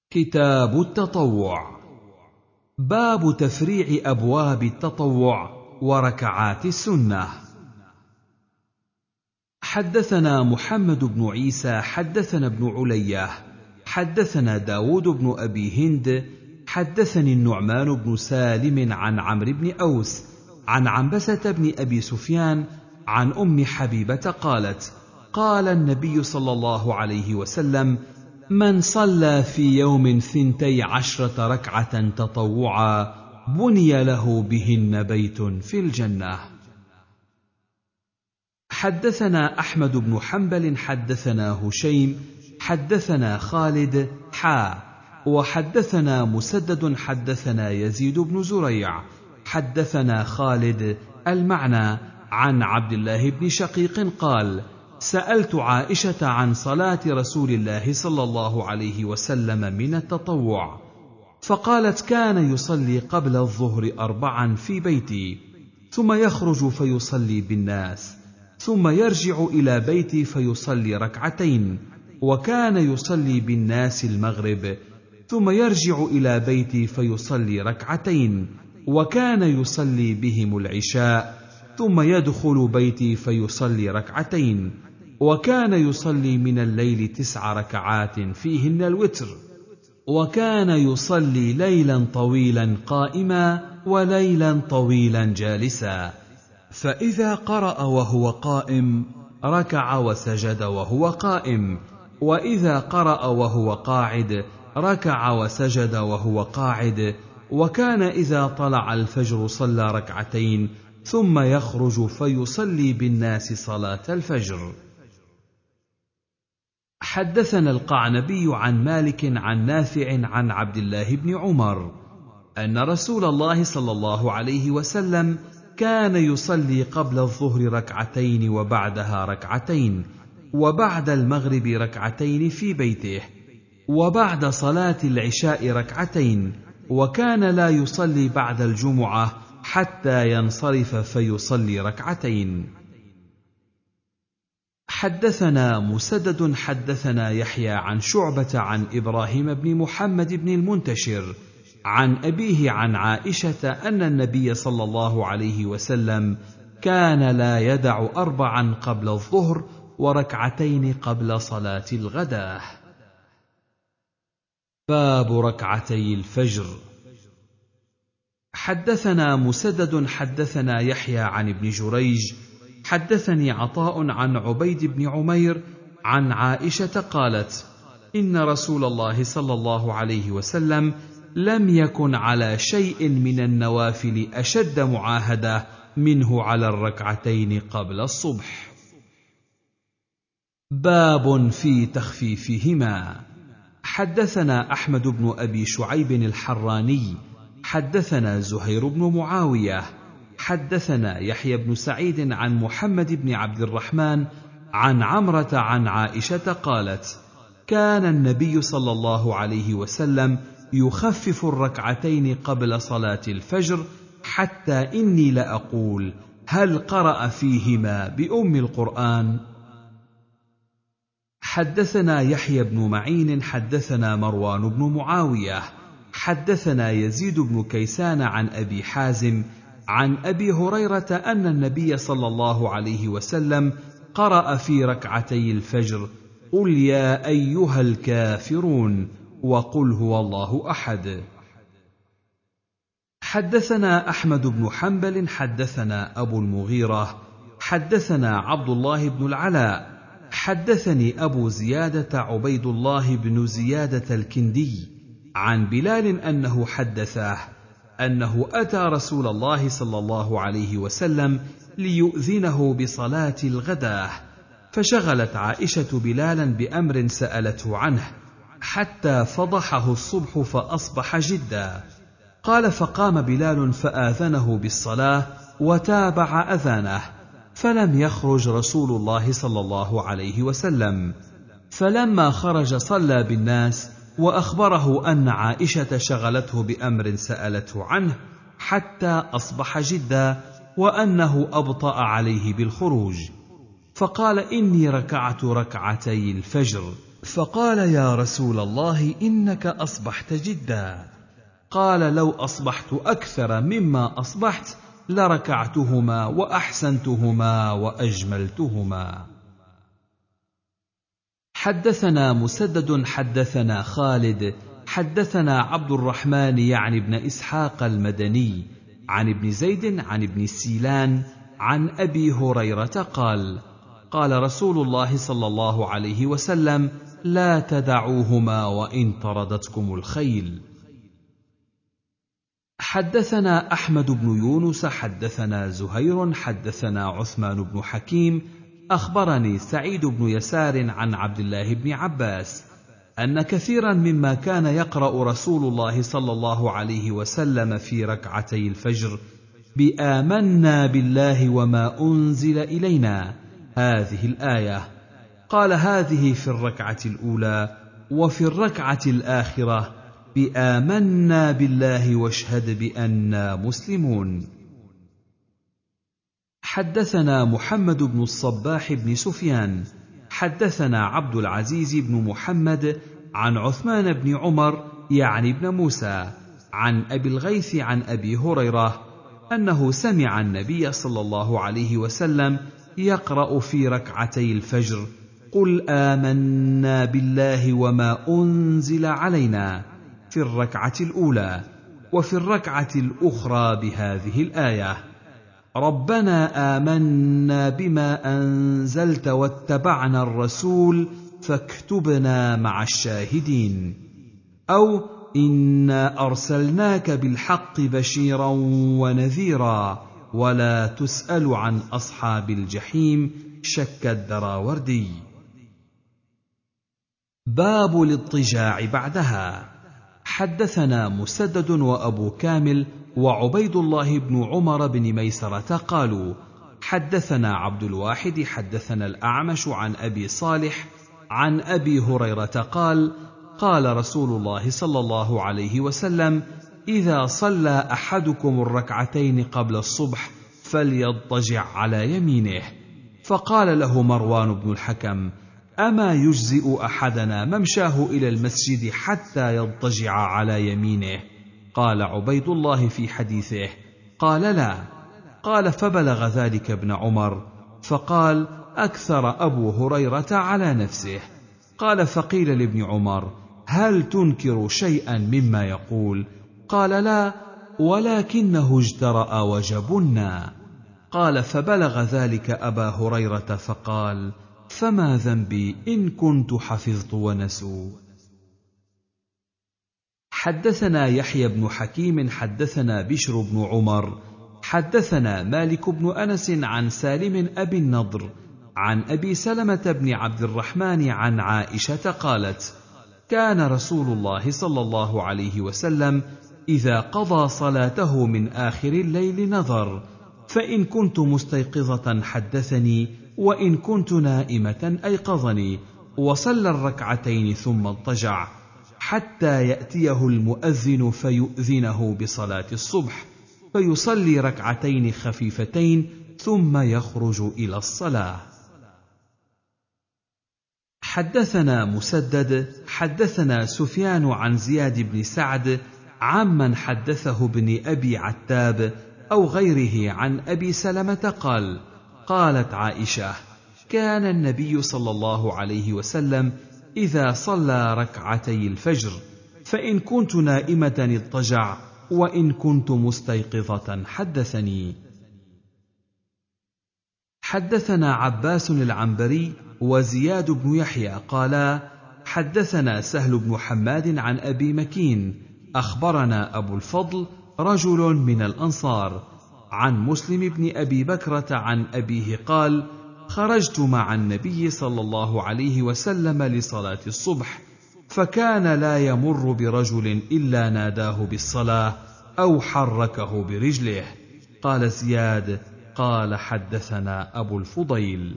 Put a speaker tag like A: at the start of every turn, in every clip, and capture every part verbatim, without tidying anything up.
A: كتاب التطوع. باب تفريع أبواب التطوع وركعات السنة. حدثنا محمد بن عيسى حدثنا ابن علية حدثنا داود بن أبي هند حدثني النعمان بن سالم عن عمرو بن أوس عن عنبسة بن أبي سفيان عن أم حبيبة قالت: قال النبي صلى الله عليه وسلم: من صلى في يوم ثنتي عشرة ركعة تطوعا بني له بهن بيت في الجنة. حدثنا أحمد بن حنبل حدثنا هشيم حدثنا خالد حا وحدثنا مسدد حدثنا يزيد بن زريع حدثنا خالد المعنى عن عبد الله بن شقيق قال: سألت عائشة عن صلاة رسول الله صلى الله عليه وسلم من التطوع، فقالت: كان يصلي قبل الظهر أربعا في بيتي، ثم يخرج فيصلي بالناس، ثم يرجع إلى بيتي فيصلي ركعتين، وكان يصلي بالناس المغرب، ثم يرجع إلى بيتي فيصلي ركعتين، وكان يصلي بهم العشاء، ثم يدخل بيتي فيصلي ركعتين، وكان يصلي من الليل تسع ركعات فيهن الوتر، وكان يصلي ليلا طويلا قائما وليلا طويلا جالسا، فإذا قرأ وهو قائم ركع وسجد وهو قائم، وإذا قرأ وهو قاعد ركع وسجد وهو قاعد، وكان إذا طلع الفجر صلى ركعتين ثم يخرج فيصلي بالناس صلاة الفجر. حدثنا القعنبي عن مالك عن نافع عن عبد الله بن عمر أن رسول الله صلى الله عليه وسلم كان يصلي قبل الظهر ركعتين وبعدها ركعتين، وبعد المغرب ركعتين في بيته، وبعد صلاة العشاء ركعتين، وكان لا يصلي بعد الجمعة حتى ينصرف فيصلي ركعتين. حدثنا مسدد حدثنا يحيى عن شعبة عن إبراهيم بن محمد بن المنتشر عن أبيه عن عائشة أن النبي صلى الله عليه وسلم كان لا يدع أربعا قبل الظهر وركعتين قبل صلاة الغداة. باب ركعتي الفجر. حدثنا مسدد حدثنا يحيى عن ابن جريج حدثني عطاء عن عبيد بن عمير عن عائشة قالت: إن رسول الله صلى الله عليه وسلم لم يكن على شيء من النوافل أشد معاهدة منه على الركعتين قبل الصبح. باب في تخفيفهما. حدثنا أحمد بن أبي شعيب الحراني حدثنا زهير بن معاوية حدثنا يحيى بن سعيد عن محمد بن عبد الرحمن عن عمرة عن عائشة قالت: كان النبي صلى الله عليه وسلم يخفف الركعتين قبل صلاة الفجر، حتى إني لأقول: هل قرأ فيهما بأم القرآن؟ حدثنا يحيى بن معين حدثنا مروان بن معاوية حدثنا يزيد بن كيسان عن أبي حازم عن أبي هريرة أن النبي صلى الله عليه وسلم قرأ في ركعتي الفجر: قل يا أيها الكافرون وقل هو الله أحد. حدثنا أحمد بن حنبل حدثنا أبو المغيرة حدثنا عبد الله بن العلاء حدثني أبو زيادة عبيد الله بن زيادة الكندي عن بلال أنه حدثه أنه أتى رسول الله صلى الله عليه وسلم ليؤذنه بصلاة الغداة، فشغلت عائشة بلالا بأمر سألته عنه حتى فضحه الصبح فأصبح جدا. قال: فقام بلال فآذنه بالصلاة وتابع أذانه، فلم يخرج رسول الله صلى الله عليه وسلم، فلما خرج صلى بالناس وأخبره أن عائشة شغلته بأمر سألته عنه حتى أصبح جدا، وأنه أبطأ عليه بالخروج، فقال: إني ركعت ركعتي الفجر، فقال: يا رسول الله، إنك أصبحت جدا. قال: لو أصبحت أكثر مما أصبحت لركعتهما وأحسنتهما وأجملتهما. حدثنا مسدد حدثنا خالد حدثنا عبد الرحمن يعني ابن إسحاق المدني عن ابن زيد عن ابن سيلان عن أبي هريرة قال: قال رسول الله صلى الله عليه وسلم: لا تدعوهما وإن طردتكم الخيل. حدثنا أحمد بن يونس حدثنا زهير حدثنا عثمان بن حكيم أخبرني سعيد بن يسار عن عبد الله بن عباس أن كثيرا مما كان يقرأ رسول الله صلى الله عليه وسلم في ركعتي الفجر بآمنا بالله وما أنزل إلينا هذه الآية، قال: هذه في الركعة الأولى، وفي الركعة الآخرة بآمنا بالله واشهد بأننا مسلمون. حدثنا محمد بن الصباح بن سفيان حدثنا عبد العزيز بن محمد عن عثمان بن عمر يعني ابن موسى عن أبي الغيث عن أبي هريرة أنه سمع النبي صلى الله عليه وسلم يقرأ في ركعتي الفجر: قل آمنا بالله وما أنزل علينا في الركعة الأولى، وفي الركعة الأخرى بهذه الآية: ربنا آمنا بما أنزلت واتبعنا الرسول فاكتبنا مع الشاهدين، أو إنا أرسلناك بالحق بشيرا ونذيرا ولا تسأل عن أصحاب الجحيم شك الدراوردي. باب الاضطجاع بعدها. حدثنا مسدد وأبو كامل وعبيد الله بن عمر بن ميسرة قالوا: حدثنا عبد الواحد حدثنا الأعمش عن أبي صالح عن أبي هريرة قال: قال رسول الله صلى الله عليه وسلم: إذا صلى أحدكم الركعتين قبل الصبح فليضطجع على يمينه. فقال له مروان بن الحكم: أما يجزئ أحدنا ممشاه إلى المسجد حتى يضطجع على يمينه؟ قال عبيد الله في حديثه: قال: لا. قال: فبلغ ذلك ابن عمر فقال: أكثر أبو هريرة على نفسه. قال: فقيل لابن عمر: هل تنكر شيئا مما يقول؟ قال: لا، ولكنه اجترأ وجبنا. قال: فبلغ ذلك أبا هريرة فقال: فما ذنبي إن كنت حفظت ونسوا. حدثنا يحيى بن حكيم حدثنا بشر بن عمر حدثنا مالك بن أنس عن سالم أبي النضر عن أبي سلمة بن عبد الرحمن عن عائشة قالت: كان رسول الله صلى الله عليه وسلم إذا قضى صلاته من آخر الليل نظر، فإن كنت مستيقظة حدثني، وإن كنت نائمة أيقظني، وصلى الركعتين ثم اضطجع حتى يأتيه المؤذن فيؤذنه بصلاة الصبح، فيصلي ركعتين خفيفتين ثم يخرج إلى الصلاة. حدثنا مسدد حدثنا سفيان عن زياد بن سعد عمن حدثه ابن أبي عتاب أو غيره عن أبي سلمة قال: قالت عائشة: كان النبي صلى الله عليه وسلم إذا صلى ركعتي الفجر فإن كنت نائمة اضطجع، وإن كنت مستيقظة حدثني. حدثنا عباس العنبري وزياد بن يحيى قالا: حدثنا سهل بن حماد عن أبي مكين أخبرنا أبو الفضل رجل من الأنصار عن مسلم بن أبي بكرة عن أبيه قال: خرجت مع النبي صلى الله عليه وسلم لصلاة الصبح، فكان لا يمر برجل إلا ناداه بالصلاة أو حركه برجله. قال زياد: قال حدثنا أبو الفضيل.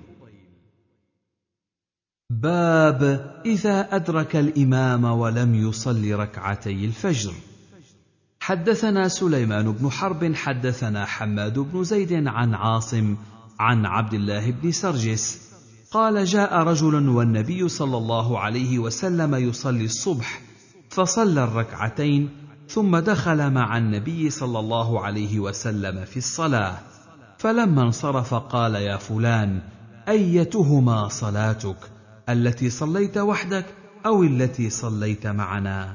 A: باب إذا أدرك الإمام ولم يصل ركعتي الفجر. حدثنا سليمان بن حرب حدثنا حماد بن زيد عن عاصم عن عبد الله بن سرجس قال: جاء رجل والنبي صلى الله عليه وسلم يصلي الصبح، فصلى الركعتين ثم دخل مع النبي صلى الله عليه وسلم في الصلاة، فلما انصرف قال: يا فلان، أيتهما صلاتك، التي صليت وحدك أو التي صليت معنا؟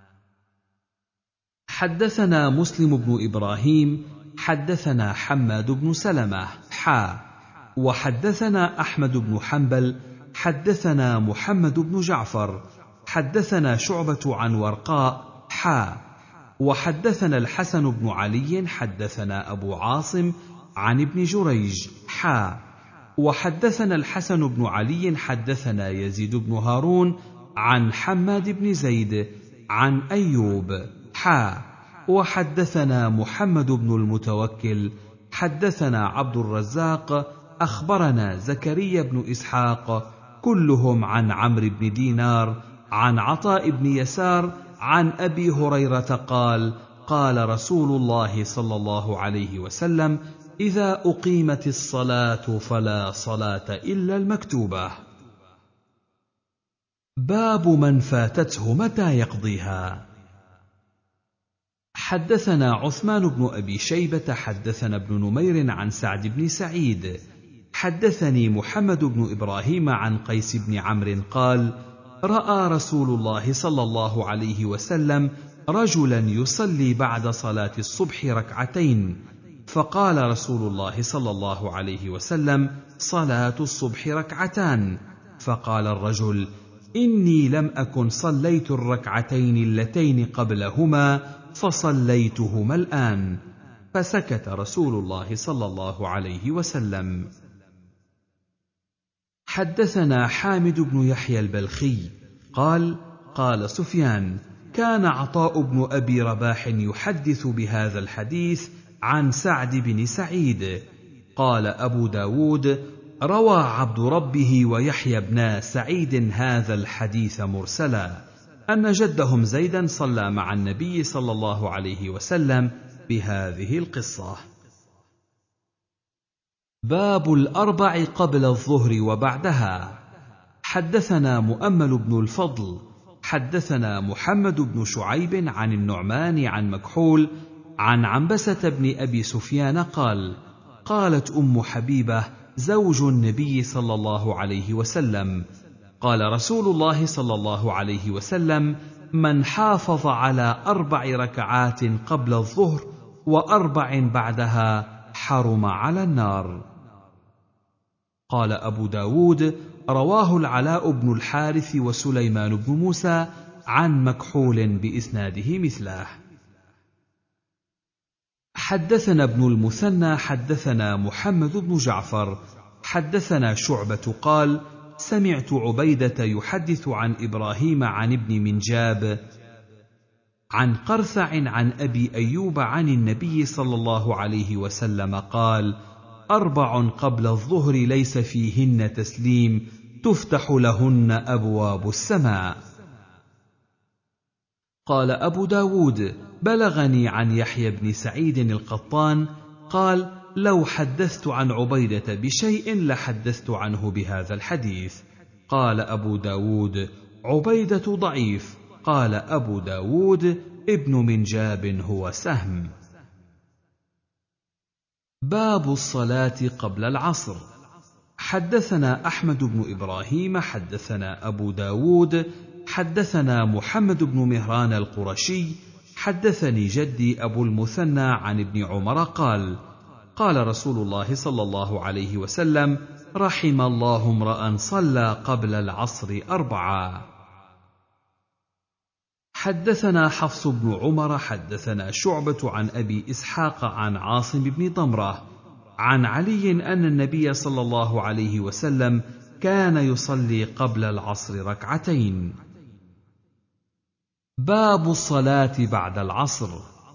A: حدثنا مسلم بن إبراهيم حدثنا حماد بن سلمة حا وحدثنا أحمد بن حنبل حدثنا محمد بن جعفر حدثنا شعبة عن ورقاء حا وحدثنا الحسن بن علي حدثنا أبو عاصم عن ابن جريج حا وحدثنا الحسن بن علي حدثنا يزيد بن هارون عن حماد بن زيد عن أيوب حا وحدثنا محمد بن المتوكل حدثنا عبد الرزاق أخبرنا زكريا بن إسحاق كلهم عن عمرو بن دينار عن عطاء بن يسار عن أبي هريرة قال: قال رسول الله صلى الله عليه وسلم: إذا أقيمت الصلاة فلا صلاة إلا المكتوبة. باب من فاتته متى يقضيها. حدثنا عثمان بن أبي شيبة حدثنا ابن نمير عن سعد بن سعيد حدثني محمد بن إبراهيم عن قيس بن عمرو قال: رأى رسول الله صلى الله عليه وسلم رجلا يصلي بعد صلاة الصبح ركعتين، فقال رسول الله صلى الله عليه وسلم: صلاة الصبح ركعتان. فقال الرجل: إني لم أكن صليت الركعتين اللتين قبلهما فصليتهما الآن. فسكت رسول الله صلى الله عليه وسلم. حدثنا حامد بن يحيى البلخي قال: قال سفيان: كان عطاء بن أبي رباح يحدث بهذا الحديث عن سعد بن سعيد. قال أبو داود: روى عبد ربه ويحيى بن سعيد هذا الحديث مرسلا، أن جدهم زيدا صلى مع النبي صلى الله عليه وسلم بهذه القصة. باب الأربع قبل الظهر وبعدها. حدثنا مؤمل بن الفضل حدثنا محمد بن شعيب عن النعمان عن مكحول عن عنبسة بن أبي سفيان قال: قالت أم حبيبة زوج النبي صلى الله عليه وسلم: قال رسول الله صلى الله عليه وسلم: من حافظ على أربع ركعات قبل الظهر وأربع بعدها حرم على النار. قال أبو داود: رواه العلاء بن الحارث وسليمان بن موسى عن مكحول بإسناده مثله. حدثنا ابن المثنى حدثنا محمد بن جعفر حدثنا شعبة قال: سمعت عبيدة يحدث عن إبراهيم عن ابن منجاب عن قرثع عن أبي أيوب عن النبي صلى الله عليه وسلم قال: أربع قبل الظهر ليس فيهن تسليم تفتح لهن أبواب السماء. قال أبو داود: بلغني عن يحيى بن سعيد القطان قال: لو حدثت عن عبيدة بشيء لحدثت عنه بهذا الحديث. قال أبو داود: عبيدة ضعيف. قال أبو داود: ابن منجاب هو سهم. باب الصلاة قبل العصر. حدثنا أحمد بن إبراهيم حدثنا أبو داود حدثنا محمد بن مهران القرشي حدثني جدي أبو المثنى عن ابن عمر قال: قال رسول الله صلى الله عليه وسلم: رحم الله امرأ صلى قبل العصر أربعا. حدثنا حفص بن عمر حدثنا شعبة عن أبي إسحاق عن عاصم بن ضمرة عن علي أن النبي صلى الله عليه وسلم كان يصلي قبل العصر ركعتين. باب الصلاة بعد العصر.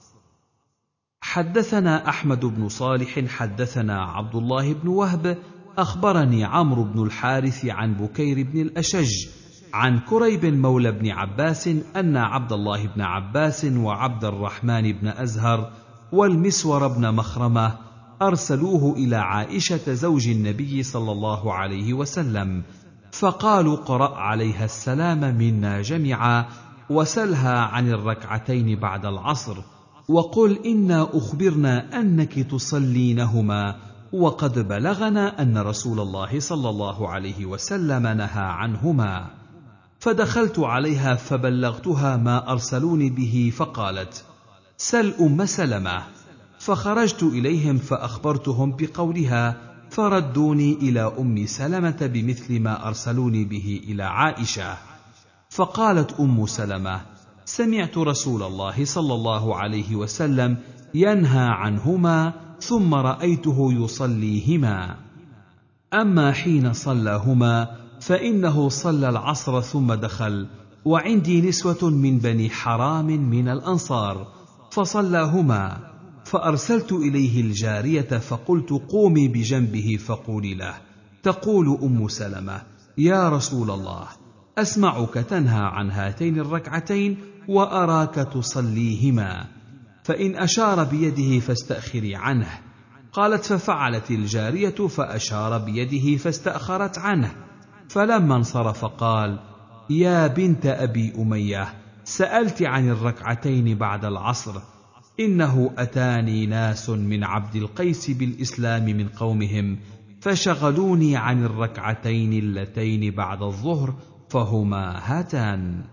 A: حدثنا أحمد بن صالح حدثنا عبد الله بن وهب أخبرني عمرو بن الحارث عن بكير بن الأشج عن كريب مولى بن عباس أن عبد الله بن عباس وعبد الرحمن بن أزهر والمسور بن مخرمة أرسلوه إلى عائشة زوج النبي صلى الله عليه وسلم، فقالوا: اقرأ عليها السلام منا جميعا، وسلها عن الركعتين بعد العصر، وقل إنا أخبرنا أنك تصلينهما، وقد بلغنا أن رسول الله صلى الله عليه وسلم نهى عنهما. فدخلت عليها فبلغتها ما أرسلوني به، فقالت: سل أم سلمة. فخرجت إليهم فأخبرتهم بقولها، فردوني إلى أم سلمة بمثل ما أرسلوني به إلى عائشة. فقالت أم سلمة: سمعت رسول الله صلى الله عليه وسلم ينهى عنهما، ثم رأيته يصليهما. أما حين صلاهما فإنه صلى العصر ثم دخل، وعندي نسوة من بني حرام من الأنصار، فصلاهما، فأرسلت إليه الجارية فقلت: قومي بجنبه فقولي له. تقول أم سلمة: يا رسول الله، أسمعك تنهى عن هاتين الركعتين وأراك تصليهما، فإن أشار بيده فاستأخري عنه. قالت: ففعلت الجارية فأشار بيده فاستأخرت عنه، فلما انصرف قال: يا بنت أبي أمية، سألت عن الركعتين بعد العصر، إنه أتاني ناس من عبد القيس بالإسلام من قومهم، فشغلوني عن الركعتين اللتين بعد الظهر، فهما هاتان.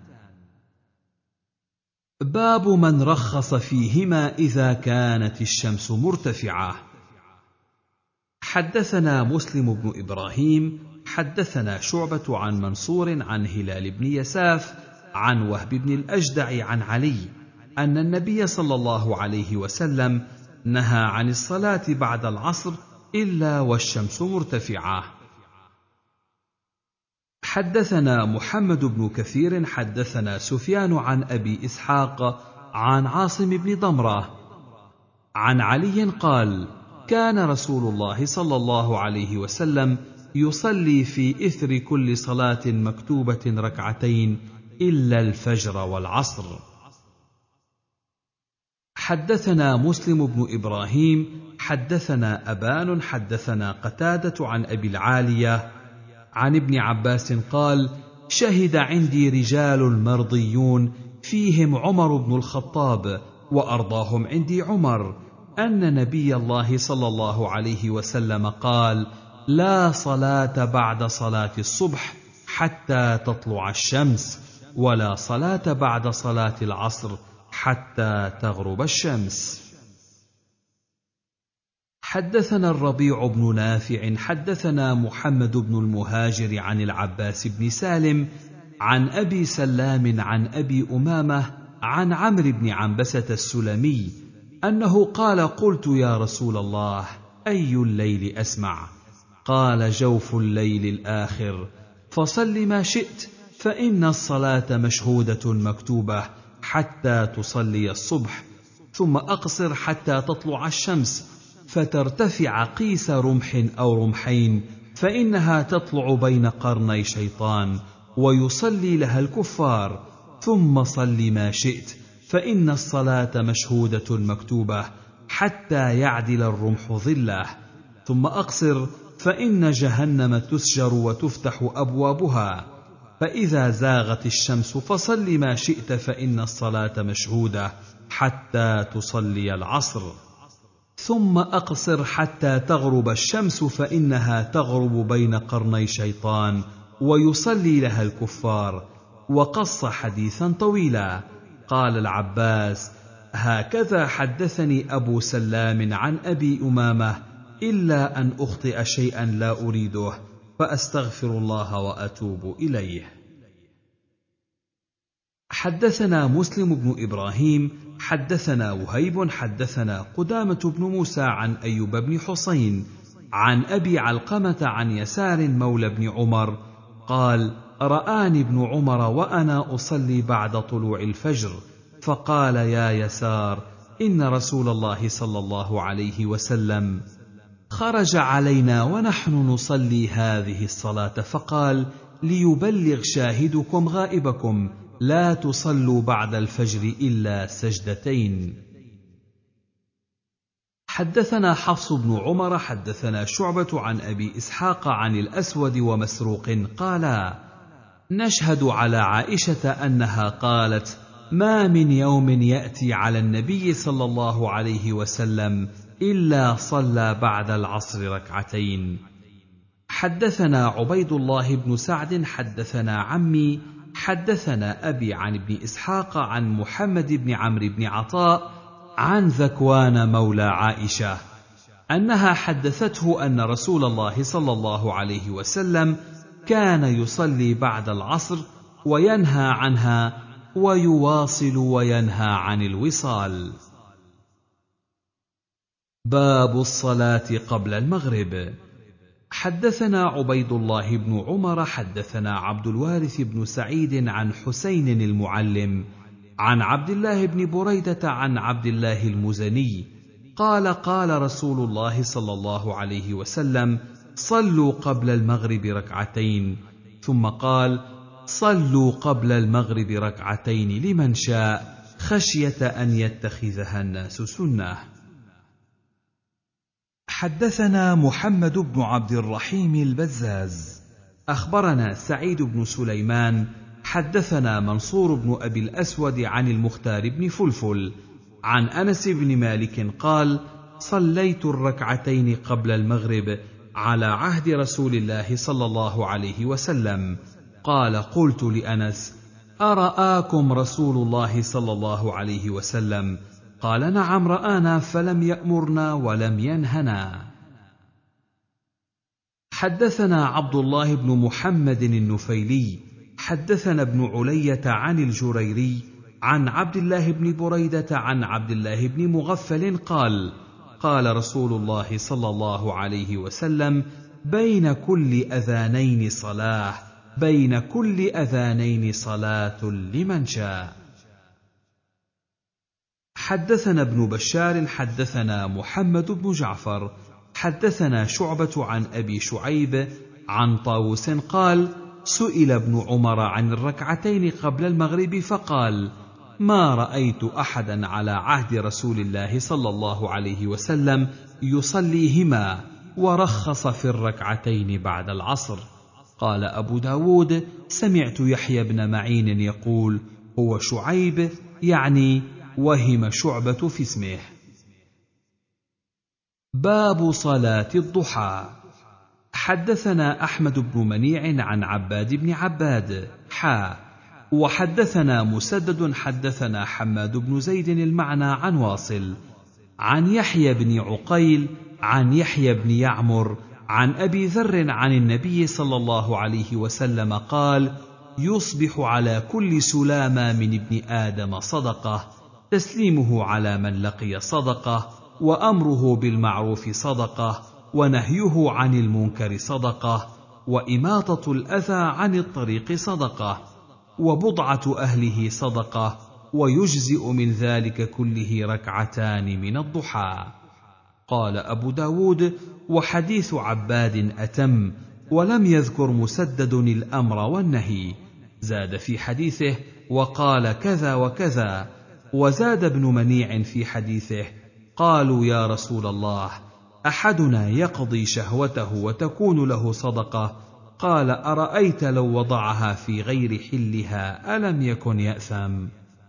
A: باب من رخص فيهما إذا كانت الشمس مرتفعة. حدثنا مسلم بن إبراهيم حدثنا شعبة عن منصور عن هلال بن يساف عن وهب بن الأجدع عن علي أن النبي صلى الله عليه وسلم نهى عن الصلاة بعد العصر إلا والشمس مرتفعة. حدثنا محمد بن كثير حدثنا سفيان عن أبي إسحاق عن عاصم بن ضمرة عن علي قال: كان رسول الله صلى الله عليه وسلم يصلي في إثر كل صلاة مكتوبة ركعتين إلا الفجر والعصر. حدثنا مسلم بن إبراهيم حدثنا أبان حدثنا قتادة عن أبي العالية عن ابن عباس قال: شهد عندي رجال مرضيون فيهم عمر بن الخطاب، وأرضاهم عندي عمر، أن نبي الله صلى الله عليه وسلم قال: لا صلاة بعد صلاة الصبح حتى تطلع الشمس، ولا صلاة بعد صلاة العصر حتى تغرب الشمس. حدثنا الربيع بن نافع حدثنا محمد بن المهاجر عن العباس بن سالم عن أبي سلام عن أبي أمامة عن عمرو بن عنبسة السلمي أنه قال: قلت يا رسول الله، أي الليل أسمع؟ قال: جوف الليل الآخر، فصل ما شئت، فإن الصلاة مشهودة مكتوبة حتى تصلي الصبح، ثم أقصر حتى تطلع الشمس فترتفع قيس رمح أو رمحين، فإنها تطلع بين قرني شيطان، ويصلي لها الكفار، ثم صل ما شئت، فإن الصلاة مشهودة مكتوبة حتى يعدل الرمح ظله، ثم أقصر، فإن جهنم تسجر وتفتح أبوابها، فإذا زاغت الشمس فصل ما شئت، فإن الصلاة مشهودة حتى تصلي العصر، ثم أقصر حتى تغرب الشمس، فإنها تغرب بين قرني شيطان، ويصلي لها الكفار. وقص حديثا طويلا. قال العباس: هكذا حدثني أبو سلام عن أبي أمامة، إلا أن أخطئ شيئا لا أريده، فأستغفر الله وأتوب إليه. حدثنا مسلم بن إبراهيم حدثنا وهيب حدثنا قدامة بن موسى عن أيوب بن حسين عن أبي علقمة عن يسار مولى بن عمر قال: رآني ابن عمر وأنا أصلي بعد طلوع الفجر، فقال: يا يسار، إن رسول الله صلى الله عليه وسلم خرج علينا ونحن نصلي هذه الصلاة، فقال: ليبلغ شاهدكم غائبكم، لا تصلوا بعد الفجر إلا سجدتين. حدثنا حفص بن عمر حدثنا شعبة عن أبي إسحاق عن الأسود ومسروق قالا: نشهد على عائشة أنها قالت: ما من يوم يأتي على النبي صلى الله عليه وسلم إلا صلى بعد العصر ركعتين. حدثنا عبيد الله بن سعد حدثنا عمي حدثنا أبي عن ابن إسحاق عن محمد بن عمرو بن عطاء عن ذكوان مولى عائشة أنها حدثته أن رسول الله صلى الله عليه وسلم كان يصلي بعد العصر وينهى عنها ويواصل وينهى عن الوصال. باب الصلاة قبل المغرب. حدثنا عبيد الله بن عمر حدثنا عبد الوارث بن سعيد عن حسين المعلم عن عبد الله بن بريدة عن عبد الله المزني قال: قال رسول الله صلى الله عليه وسلم: صلوا قبل المغرب ركعتين، ثم قال: صلوا قبل المغرب ركعتين لمن شاء خشية أن يتخذها الناس سنة. حدثنا محمد بن عبد الرحيم البزاز أخبرنا سعيد بن سليمان حدثنا منصور بن أبي الأسود عن المختار بن فلفل عن أنس بن مالك قال: صليت الركعتين قبل المغرب على عهد رسول الله صلى الله عليه وسلم. قال: قلت لأنس: أرآكم رسول الله صلى الله عليه وسلم؟ قال: نعم رآنا، فلم يأمرنا ولم ينهنا. حدثنا عبد الله بن محمد النفيلي حدثنا ابن علية عن الجريري عن عبد الله بن بريدة عن عبد الله بن مغفل قال: قال رسول الله صلى الله عليه وسلم: بين كل أذانين صلاة، بين كل أذانين صلاة لمن شاء. حدثنا ابن بشار حدثنا محمد بن جعفر حدثنا شعبة عن أبي شعيب عن طاووس قال: سئل ابن عمر عن الركعتين قبل المغرب فقال: ما رأيت أحدا على عهد رسول الله صلى الله عليه وسلم يصليهما ورخص في الركعتين بعد العصر. قال أبو داود: سمعت يحيى بن معين يقول: هو شعيب، يعني وهم شعبة في اسمه. باب صلاة الضحى. حدثنا أحمد بن منيع عن عباد بن عباد حا وحدثنا مسدد حدثنا حماد بن زيد المعنى عن واصل عن يحيى بن عقيل عن يحيى بن يعمر عن أبي ذر عن النبي صلى الله عليه وسلم قال: يصبح على كل سلامة من ابن آدم صدقة، تسليمه على من لقي صدقة، وأمره بالمعروف صدقة، ونهيه عن المنكر صدقة، وإماطة الأذى عن الطريق صدقة، وبضعة أهله صدقة، ويجزئ من ذلك كله ركعتان من الضحى. قال أبو داود: وحديث عباد أتم، ولم يذكر مسدد الأمر والنهي. زاد في حديثه: وقال كذا وكذا. وزاد ابن منيع في حديثه: قالوا يا رسول الله، أحدنا يقضي شهوته وتكون له صدقة؟ قال: أرأيت لو وضعها في غير حلها ألم يكن يأثم؟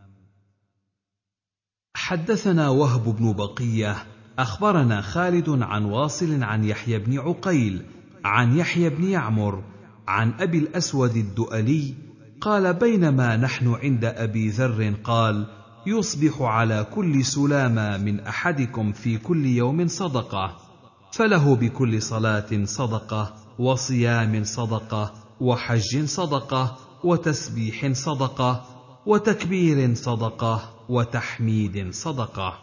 A: حدثنا وهب بن بقية أخبرنا خالد عن واصل عن يحيى بن عقيل عن يحيى بن يعمر عن أبي الأسود الدؤلي قال: بينما نحن عند أبي ذر قال: يصبح على كل سلامة من أحدكم في كل يوم صدقة، فله بكل صلاة صدقة، وصيام صدقة، وحج صدقة، وتسبيح صدقة، وتكبير صدقة، وتحميد صدقة.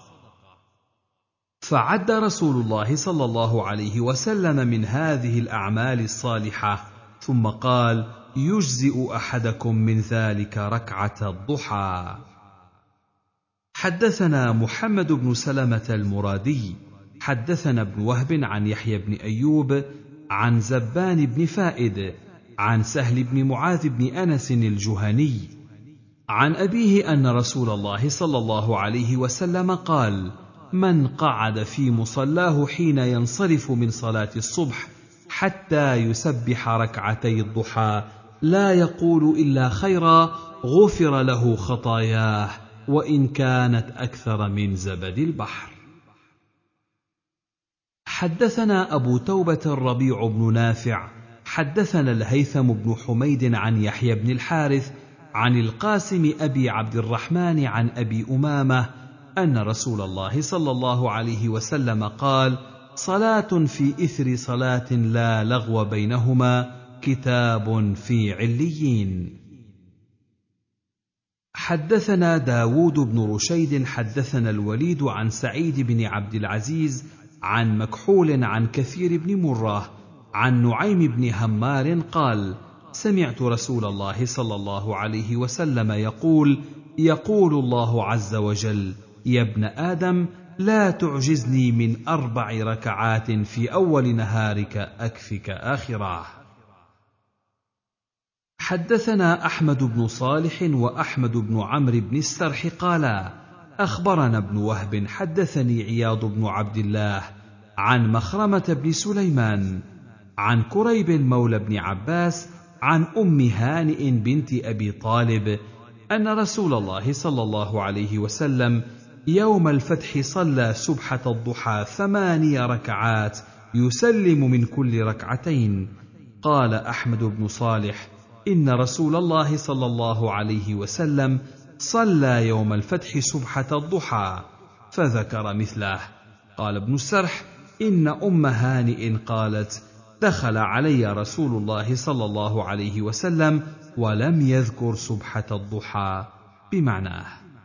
A: فعد رسول الله صلى الله عليه وسلم من هذه الأعمال الصالحة، ثم قال: يجزئ أحدكم من ذلك ركعة الضحى. حدثنا محمد بن سلمة المرادي حدثنا ابن وهب عن يحيى بن أيوب عن زبان بن فائد عن سهل بن معاذ بن أنس الجهني عن أبيه أن رسول الله صلى الله عليه وسلم قال: من قعد في مصلاه حين ينصرف من صلاة الصبح حتى يسبح ركعتي الضحى لا يقول إلا خيرا غفر له خطاياه وإن كانت أكثر من زبد البحر. حدثنا أبو توبة الربيع بن نافع حدثنا الهيثم بن حميد عن يحيى بن الحارث عن القاسم أبي عبد الرحمن عن أبي أمامة أن رسول الله صلى الله عليه وسلم قال: صلاة في إثر صلاة لا لغو بينهما كتاب في عليين. حدثنا داود بن رشيد حدثنا الوليد عن سعيد بن عبد العزيز عن مكحول عن كثير بن مرة عن نعيم بن همار قال: سمعت رسول الله صلى الله عليه وسلم يقول: يقول الله عز وجل: يا ابن آدم لا تعجزني من أربع ركعات في أول نهارك أكفك آخره. حدثنا أحمد بن صالح وأحمد بن عمرو بن السرح قالا: أخبرنا ابن وهب حدثني عياض بن عبد الله عن مخرمة بن سليمان عن كريب مولى بن عباس عن أم هانئ بنت أبي طالب أن رسول الله صلى الله عليه وسلم يوم الفتح صلى سبحة الضحى ثماني ركعات يسلم من كل ركعتين. قال أحمد بن صالح: إن رسول الله صلى الله عليه وسلم صلى يوم الفتح سبحة الضحى، فذكر مثله. قال ابن السرح: إن أم هانئ قالت: دخل علي رسول الله صلى الله عليه وسلم ولم يذكر سبحة الضحى بمعناه.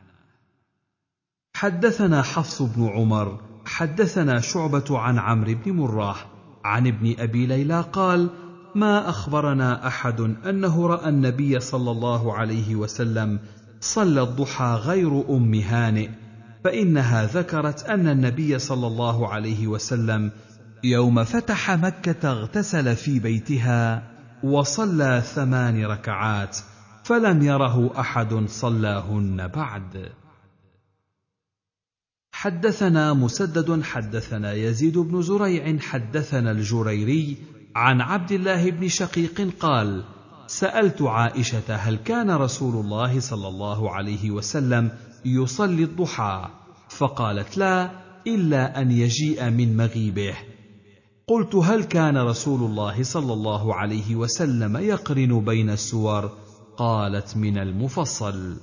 A: حدثنا حفص بن عمر حدثنا شعبة عن عمرو بن مرة عن ابن أبي ليلى قال: ما أخبرنا أحد أنه رأى النبي صلى الله عليه وسلم صلى الضحى غير أم هانئ، فإنها ذكرت أن النبي صلى الله عليه وسلم يوم فتح مكة اغتسل في بيتها وصلى ثمان ركعات، فلم يره أحد صلاهن بعد. حدثنا مسدد حدثنا يزيد بن زريع حدثنا الجريري عن عبد الله بن شقيق قال: سألت عائشة: هل كان رسول الله صلى الله عليه وسلم يصلي الضحى؟ فقالت: لا، إلا أن يجيء من مغيبه. قلت: هل كان رسول الله صلى الله عليه وسلم يقرن بين السور؟ قالت: من المفصل.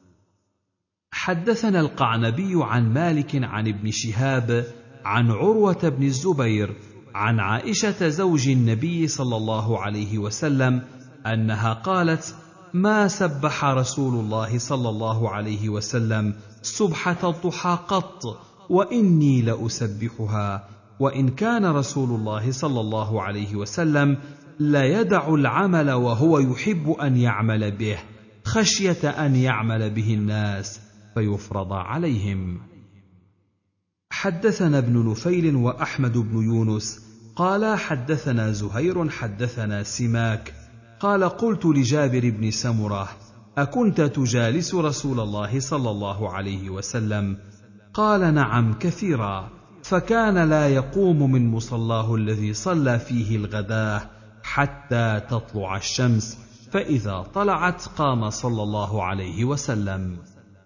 A: حدثنا القعنبي عن مالك عن ابن شهاب عن عروة بن الزبير عن عائشة زوج النبي صلى الله عليه وسلم أنها قالت: ما سبح رسول الله صلى الله عليه وسلم سبحة الضحى قط، وإني لأسبحها، وإن كان رسول الله صلى الله عليه وسلم لا يدع العمل وهو يحب أن يعمل به خشية أن يعمل به الناس فيفرض عليهم. حدثنا ابن نفيل وأحمد بن يونس قال: حدثنا زهير حدثنا سماك قال: قلت لجابر بن سمرة: أكنت تجالس رسول الله صلى الله عليه وسلم؟ قال: نعم كثيرا، فكان لا يقوم من مصلاه الذي صلى فيه الغداة حتى تطلع الشمس، فإذا طلعت قام صلى الله عليه وسلم.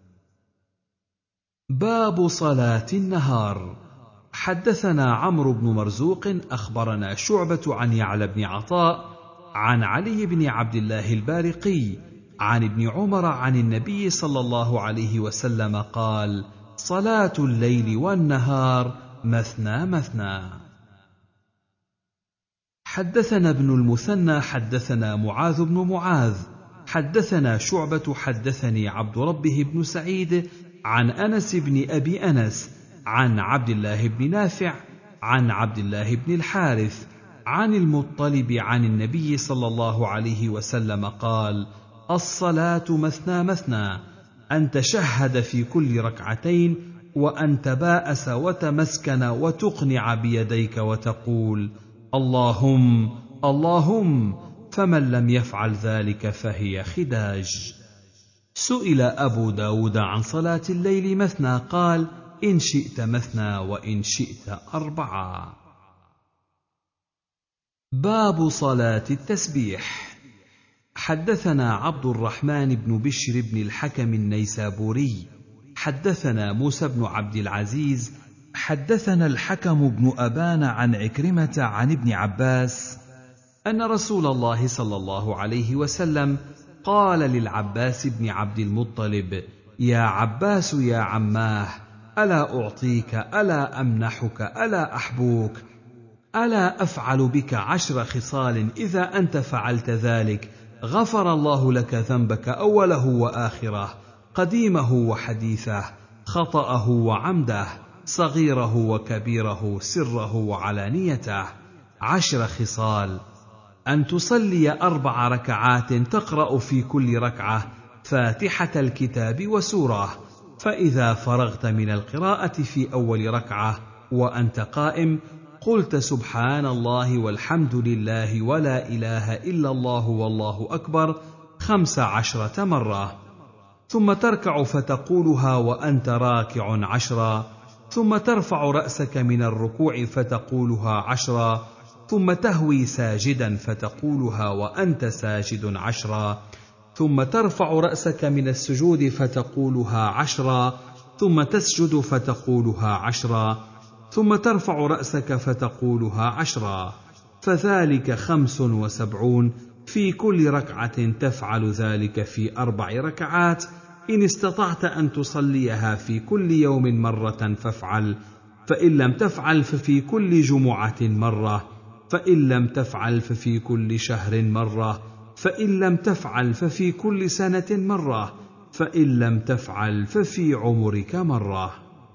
A: باب صلاة النهار. حدثنا عمرو بن مرزوق أخبرنا شعبة عن يعلى بن عطاء عن علي بن عبد الله البارقي عن ابن عمر عن النبي صلى الله عليه وسلم قال: صلاة الليل والنهار مثنى مثنى. حدثنا ابن المثنى حدثنا معاذ بن معاذ حدثنا شعبة حدثني عبد ربه بن سعيد عن أنس بن أبي أنس عن عبد الله بن نافع عن عبد الله بن الحارث عن المطلب عن النبي صلى الله عليه وسلم قال: الصلاة مثنى مثنى، أن تشهد في كل ركعتين، وأن تباءس وتمسكن وتقنع بيديك وتقول: اللهم اللهم، فمن لم يفعل ذلك فهي خداج. سئل أبو داود عن صلاة الليل مثنى قال: إن شئت مثنى وإن شئت أربعا. باب صلاة التسبيح. حدثنا عبد الرحمن بن بشر بن الحكم النيسابوري حدثنا موسى بن عبد العزيز حدثنا الحكم بن أبان عن عكرمة عن ابن عباس أن رسول الله صلى الله عليه وسلم قال للعباس بن عبد المطلب: يا عباس يا عماه، ألا أعطيك، ألا أمنحك، ألا أحبوك، ألا أفعل بك عشر خصال إذا أنت فعلت ذلك غفر الله لك ذنبك أوله وآخره، قديمه وحديثه، خطأه وعمده، صغيره وكبيره، سره وعلانيته. عشر خصال: أن تصلي أربع ركعات تقرأ في كل ركعة فاتحة الكتاب وسورة، فإذا فرغت من القراءة في أول ركعة وأنت قائم قلت سبحان الله والحمد لله ولا إله إلا الله والله أكبر خمس عشرة مرة، ثم تركع فتقولها وأنت راكع عشرا، ثم ترفع رأسك من الركوع فتقولها عشرا، ثم تهوي ساجدا فتقولها وأنت ساجد عشرا، ثم ترفع رأسك من السجود فتقولها عشرا، ثم تسجد فتقولها عشرا، ثم ترفع رأسك فتقولها عشرا، فذلك خمس وسبعون. في كل ركعة تفعل ذلك في أربع ركعات. إن استطعت أن تصليها في كل يوم مرة فافعل، فإن لم تفعل ففي كل جمعة مرة، فإن لم تفعل ففي كل شهر مرة، فإن لم تفعل ففي كل سنة مرة، فإن لم تفعل ففي عمرك مرة.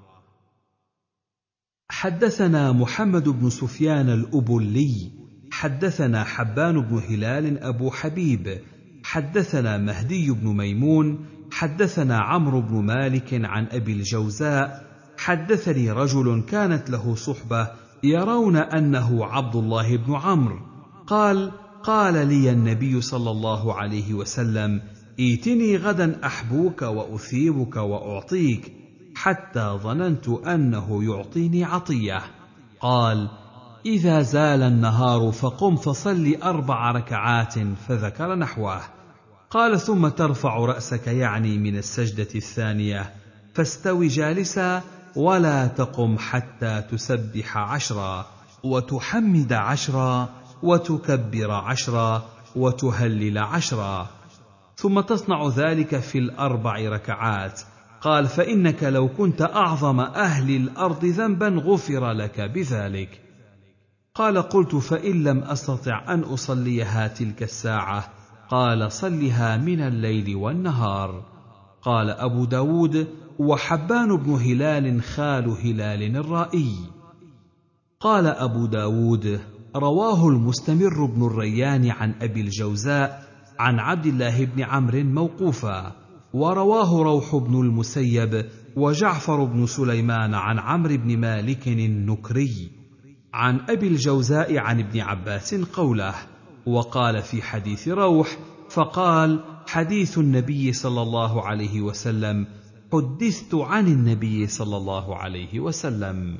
A: حدثنا محمد بن سفيان الأبلي حدثنا حبان بن هلال أبو حبيب حدثنا مهدي بن ميمون حدثنا عمرو بن مالك عن أبي الجوزاء حدثني رجل كانت له صحبة يرون أنه عبد الله بن عمرو قال: قال لي النبي صلى الله عليه وسلم: ائتني غدا أحبوك وأثيبك وأعطيك، حتى ظننت أنه يعطيني عطية. قال: إذا زال النهار فقم فصل أربع ركعات، فذكر نحوه. قال: ثم ترفع رأسك، يعني من السجدة الثانية، فاستوي جالسا ولا تقم حتى تسبح عشرا وتحمد عشرا وتكبر عشرا وتهلل عشرا، ثم تصنع ذلك في الأربع ركعات. قال: فإنك لو كنت أعظم أهل الأرض ذنبا غفر لك بذلك. قال: قلت: فإن لم أستطع أن أصليها تلك الساعة؟ قال: صلها من الليل والنهار. قال أبو داود: وحبان بن هلال خال هلال الرائي. قال أبو داود: رواه المستمر بن الريان عن أبي الجوزاء عن عبد الله بن عمرو موقوفا، ورواه روح بن المسيب وجعفر بن سليمان عن عمرو بن مالك النكري عن أبي الجوزاء عن ابن عباس قوله. وقال في حديث روح: فقال: حديث النبي صلى الله عليه وسلم، حدثت عن النبي صلى الله عليه وسلم.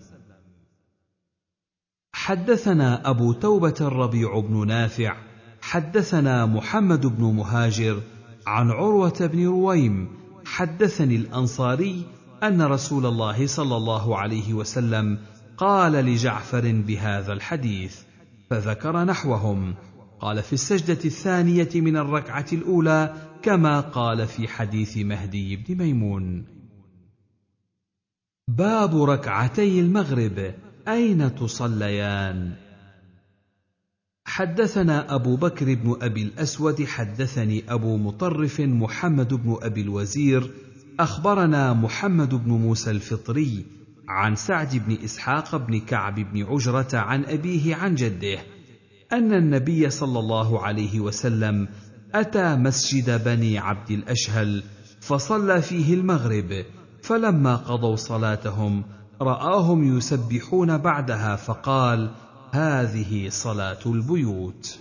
A: حدثنا أبو توبة الربيع بن نافع حدثنا محمد بن مهاجر عن عروة بن رويم حدثني الأنصاري أن رسول الله صلى الله عليه وسلم قال لجعفر بهذا الحديث، فذكر نحوهم. قال: في السجدة الثانية من الركعة الأولى، كما قال في حديث مهدي بن ميمون. باب ركعتي المغرب، أين تصليان؟ حدثنا أبو بكر بن أبي الأسود حدثني أبو مطرف محمد بن أبي الوزير أخبرنا محمد بن موسى الفطري عن سعد بن إسحاق بن كعب بن عجرة عن أبيه عن جده أن النبي صلى الله عليه وسلم أتى مسجد بني عبد الأشهل فصلى فيه المغرب، فلما قضوا صلاتهم رآهم يسبحون بعدها، فقال: هذه صلاة البيوت.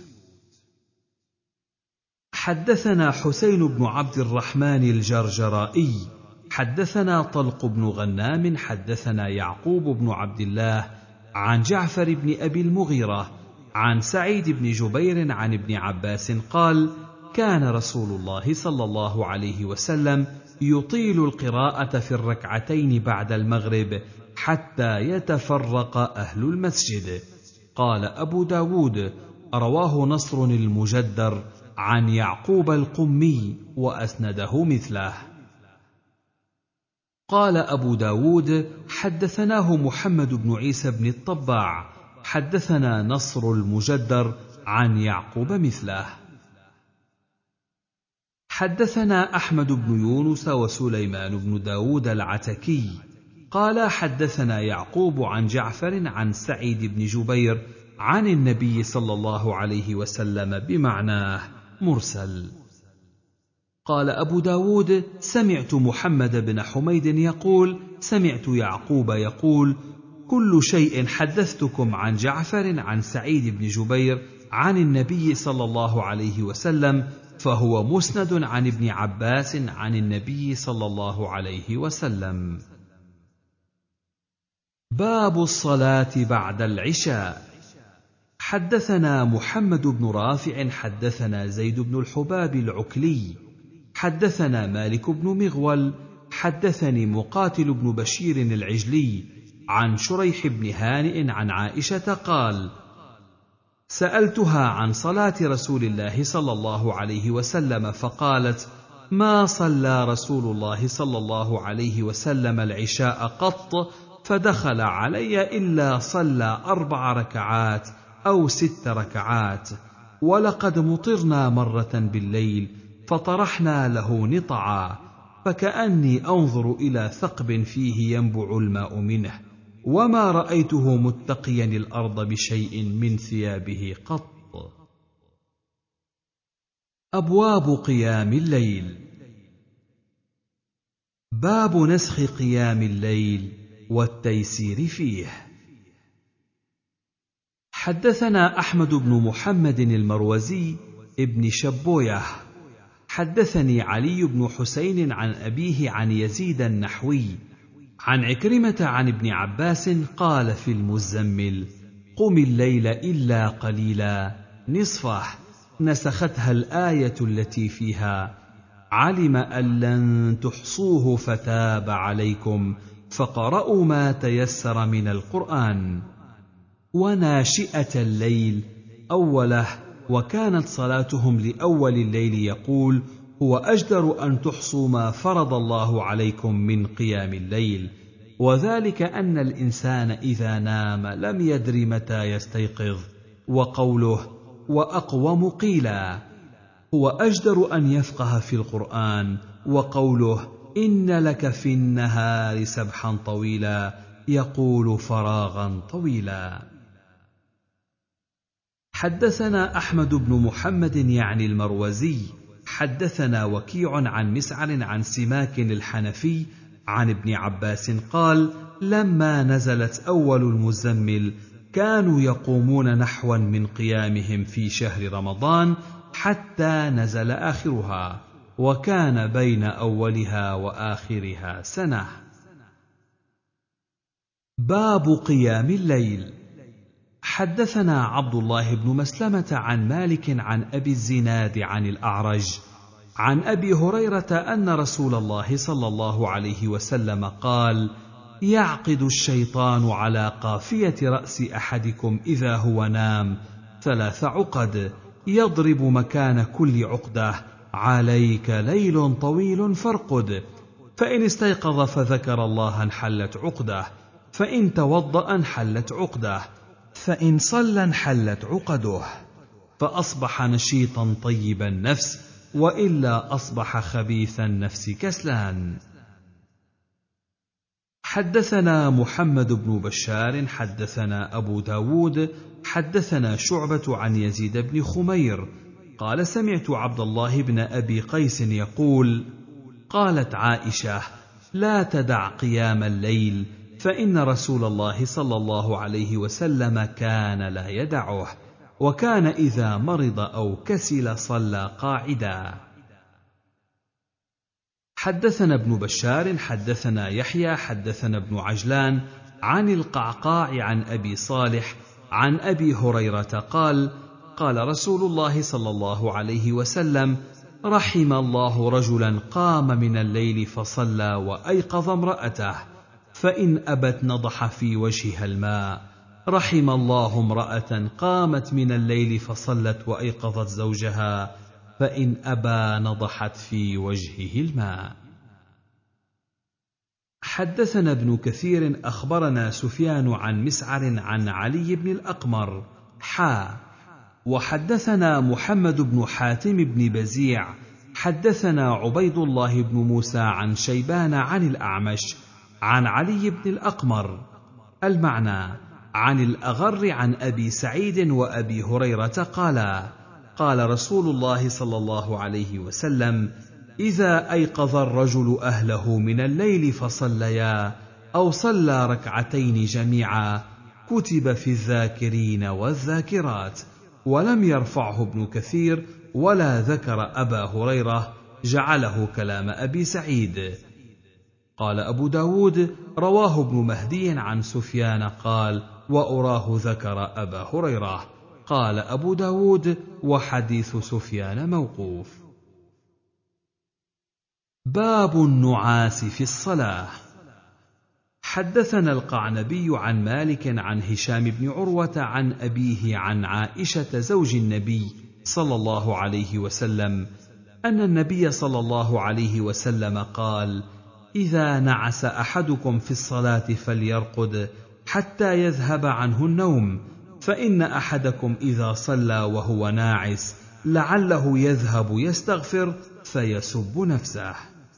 A: حدثنا حسين بن عبد الرحمن الجرجرائي حدثنا طلق بن غنام حدثنا يعقوب بن عبد الله عن جعفر بن أبي المغيرة عن سعيد بن جبير عن ابن عباس قال: كان رسول الله صلى الله عليه وسلم يطيل القراءة في الركعتين بعد المغرب حتى يتفرق أهل المسجد. قال أبو داود: رواه نصر المجدر عن يعقوب القمي وأسنده مثله. قال أبو داود: حدثناه محمد بن عيسى بن الطباع حدثنا نصر المجدر عن يعقوب مثله. حدثنا أحمد بن يونس وسليمان بن داود العتكي قال حدثنا يعقوب عن جعفر عن سعيد بن جبير عن النبي صلى الله عليه وسلم بمعناه مرسل. قال أبو داود: سمعت محمد بن حميد يقول: سمعت يعقوب يقول: كل شيء حدثتكم عن جعفر عن سعيد بن جبير عن النبي صلى الله عليه وسلم فهو مسند عن ابن عباس عن النبي صلى الله عليه وسلم. باب الصلاة بعد العشاء. حدثنا محمد بن رافع حدثنا زيد بن الحباب العكلي حدثنا مالك بن مغول حدثني مقاتل بن بشير العجلي عن شريح بن هانئ عن عائشة قال: سألتها عن صلاة رسول الله صلى الله عليه وسلم فقالت: ما صلى رسول الله صلى الله عليه وسلم العشاء قط فدخل علي إلا صلى أربع ركعات أو ست ركعات، ولقد مطرنا مرة بالليل فطرحنا له نطعا فكأني أنظر إلى ثقب فيه ينبع الماء منه، وما رأيته متقيا الأرض بشيء من ثيابه قط. أبواب قيام الليل. باب نسخ قيام الليل والتيسير فيه. حدثنا أحمد بن محمد المروزي ابن شبويه حدثني علي بن حسين عن أبيه عن يزيد النحوي عن عكرمة عن ابن عباس قال في المزمل: قم الليل إلا قليلا نصفه، نسختها الآية التي فيها: علم أن لن تحصوه فتاب عليكم فقرأوا ما تيسر من القرآن. وناشئة الليل أوله، وكانت صلاتهم لأول الليل يقول: هو أجدر أن تحصوا ما فرض الله عليكم من قيام الليل، وذلك أن الإنسان إذا نام لم يدر متى يستيقظ. وقوله: وأقوم قيلا، هو أجدر أن يفقه في القرآن. وقوله: إن لك في النهار سبحا طويلا، يقول فراغا طويلا. حدثنا أحمد بن محمد يعني المروزي حدثنا وكيع عن مسعر عن سماك الحنفي عن ابن عباس قال: لما نزلت أول المزمل كانوا يقومون نحوا من قيامهم في شهر رمضان حتى نزل آخرها، وكان بين أولها وآخرها سنة. باب قيام الليل. حدثنا عبد الله بن مسلمة عن مالك عن أبي الزناد عن الأعرج عن أبي هريرة أن رسول الله صلى الله عليه وسلم قال: يعقد الشيطان على قافية رأس أحدكم إذا هو نام ثلاث عقد، يضرب مكان كل عقدة: عليك ليل طويل فارقد، فإن استيقظ فذكر الله انحلت عقده، فإن توضأ انحلت عقده، فإن صلى انحلت عقده، فأصبح نشيطا طيب النفس، وإلا أصبح خبيث النفس كسلان. حدثنا محمد بن بشار حدثنا أبو داود حدثنا شعبة عن يزيد بن خمير قال: سمعت عبد الله بن أبي قيس يقول: قالت عائشة: لا تدع قيام الليل، فإن رسول الله صلى الله عليه وسلم كان لا يدعه، وكان إذا مرض أو كسل صلى قاعدا. حدثنا ابن بشار حدثنا يحيى حدثنا ابن عجلان عن القعقاع عن أبي صالح عن أبي هريرة قال قال رسول الله صلى الله عليه وسلم رحم الله رجلا قام من الليل فصلى وأيقظ امرأته فإن أبت نضح في وجهها الماء رحم الله امرأة قامت من الليل فصلت وأيقظت زوجها فإن أبى نضحت في وجهه الماء. حدثنا ابن كثير أخبرنا سفيان عن مسعر عن علي بن الأقمر حا وحدثنا محمد بن حاتم بن بزيع حدثنا عبيد الله بن موسى عن شيبان عن الأعمش عن علي بن الأقمر المعنى عن الأغر عن أبي سعيد وأبي هريرة قالا قال رسول الله صلى الله عليه وسلم إذا أيقظ الرجل أهله من الليل فصليا أو صلى ركعتين جميعا كتب في الذاكرين والذاكرات. ولم يرفعه ابن كثير ولا ذكر أبا هريرة جعله كلام أبي سعيد. قال أبو داود رواه ابن مهدي عن سفيان قال وأراه ذكر أبا هريرة. قال أبو داود وحديث سفيان موقوف. باب النعاس في الصلاة. حدثنا القعنبي عن مالك عن هشام بن عروة عن أبيه عن عائشة زوج النبي صلى الله عليه وسلم أن النبي صلى الله عليه وسلم قال إذا نعس أحدكم في الصلاة فليرقد حتى يذهب عنه النوم فإن أحدكم إذا صلى وهو ناعس لعله يذهب يستغفر فيسب نفسه.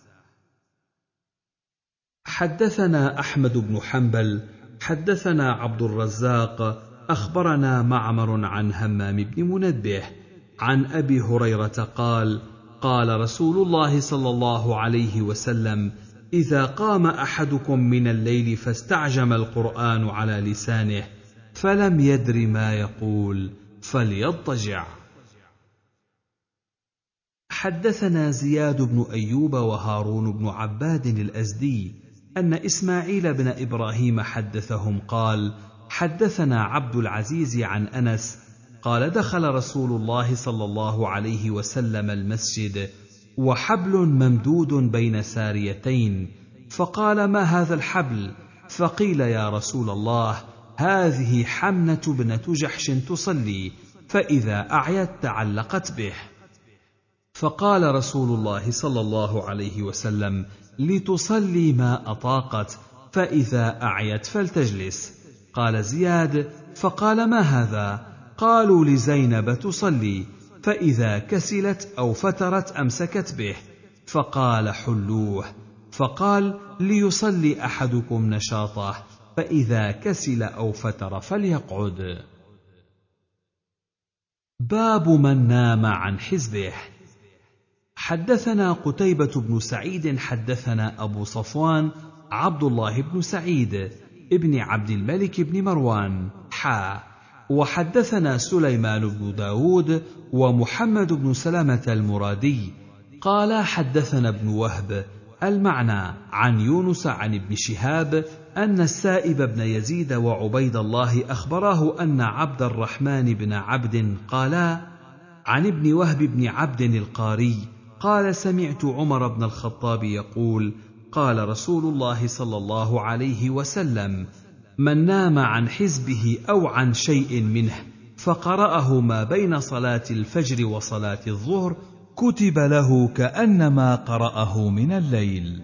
A: حدثنا أحمد بن حنبل حدثنا عبد الرزاق أخبرنا معمر عن همام بن منبه عن أبي هريرة قال قال رسول الله صلى الله عليه وسلم إذا قام أحدكم من الليل فاستعجم القرآن على لسانه فلم يدر ما يقول فليضطجع. حدثنا زياد بن أيوب وهارون بن عباد الأزدي أن إسماعيل بن إبراهيم حدثهم قال حدثنا عبد العزيز عن أنس قال دخل رسول الله صلى الله عليه وسلم المسجد وحبل ممدود بين ساريتين فقال ما هذا الحبل؟ فقيل يا رسول الله هذه حمنة بنة جحش تصلي فإذا أعيت تعلقت به. فقال رسول الله صلى الله عليه وسلم لتصلي ما أطاقت فإذا أعيت فلتجلس. قال زياد فقال ما هذا؟ قالوا لزينب تصلي فإذا كسلت أو فترت أمسكت به. فقال حلوه. فقال ليصلي أحدكم نشاطه فإذا كسل أو فتر فليقعد. باب من نام عن حزبه. حدثنا قتيبة بن سعيد حدثنا أبو صفوان عبد الله بن سعيد ابن عبد الملك بن مروان حا وحدثنا سليمان بن داود ومحمد بن سلمة المرادي قال حدثنا ابن وهب المعنى عن يونس عن ابن شهاب أن السائب بن يزيد وعبيد الله أخبراه أن عبد الرحمن بن عبد قالا عن ابن وهب بن عبد القاري قال سمعت عمر بن الخطاب يقول قال رسول الله صلى الله عليه وسلم من نام عن حزبه أو عن شيء منه فقرأه ما بين صلاة الفجر وصلاة الظهر كتب له كأنما قرأه من الليل.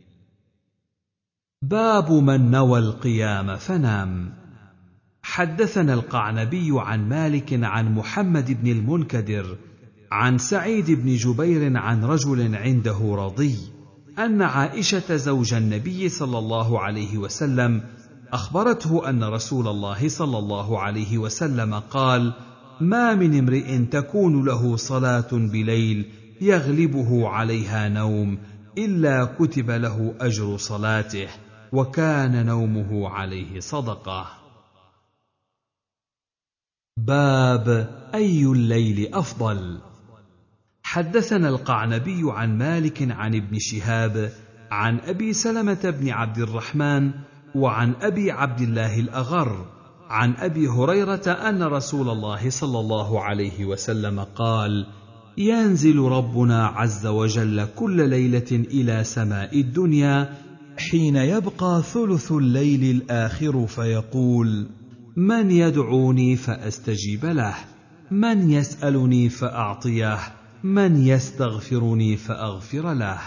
A: باب من نوى القيام فنام. حدثنا القعنبي عن مالك عن محمد بن المنكدر عن سعيد بن جبير عن رجل عنده رضي أن عائشة زوج النبي صلى الله عليه وسلم أخبرته أن رسول الله صلى الله عليه وسلم قال ما من امرئ تكون له صلاة بليل يغلبه عليها نوم إلا كتب له أجر صلاته وكان نومه عليه صدقة. باب أي الليل أفضل. حدثنا القعنبي عن مالك عن ابن شهاب عن أبي سلمة بن عبد الرحمن وعن أبي عبد الله الأغر عن أبي هريرة أن رسول الله صلى الله عليه وسلم قال: ينزل ربنا عز وجل كل ليلة إلى سماء الدنيا حين يبقى ثلث الليل الآخر فيقول: من يدعوني فأستجيب له، من يسألني فأعطيه، من يستغفرني فأغفر له.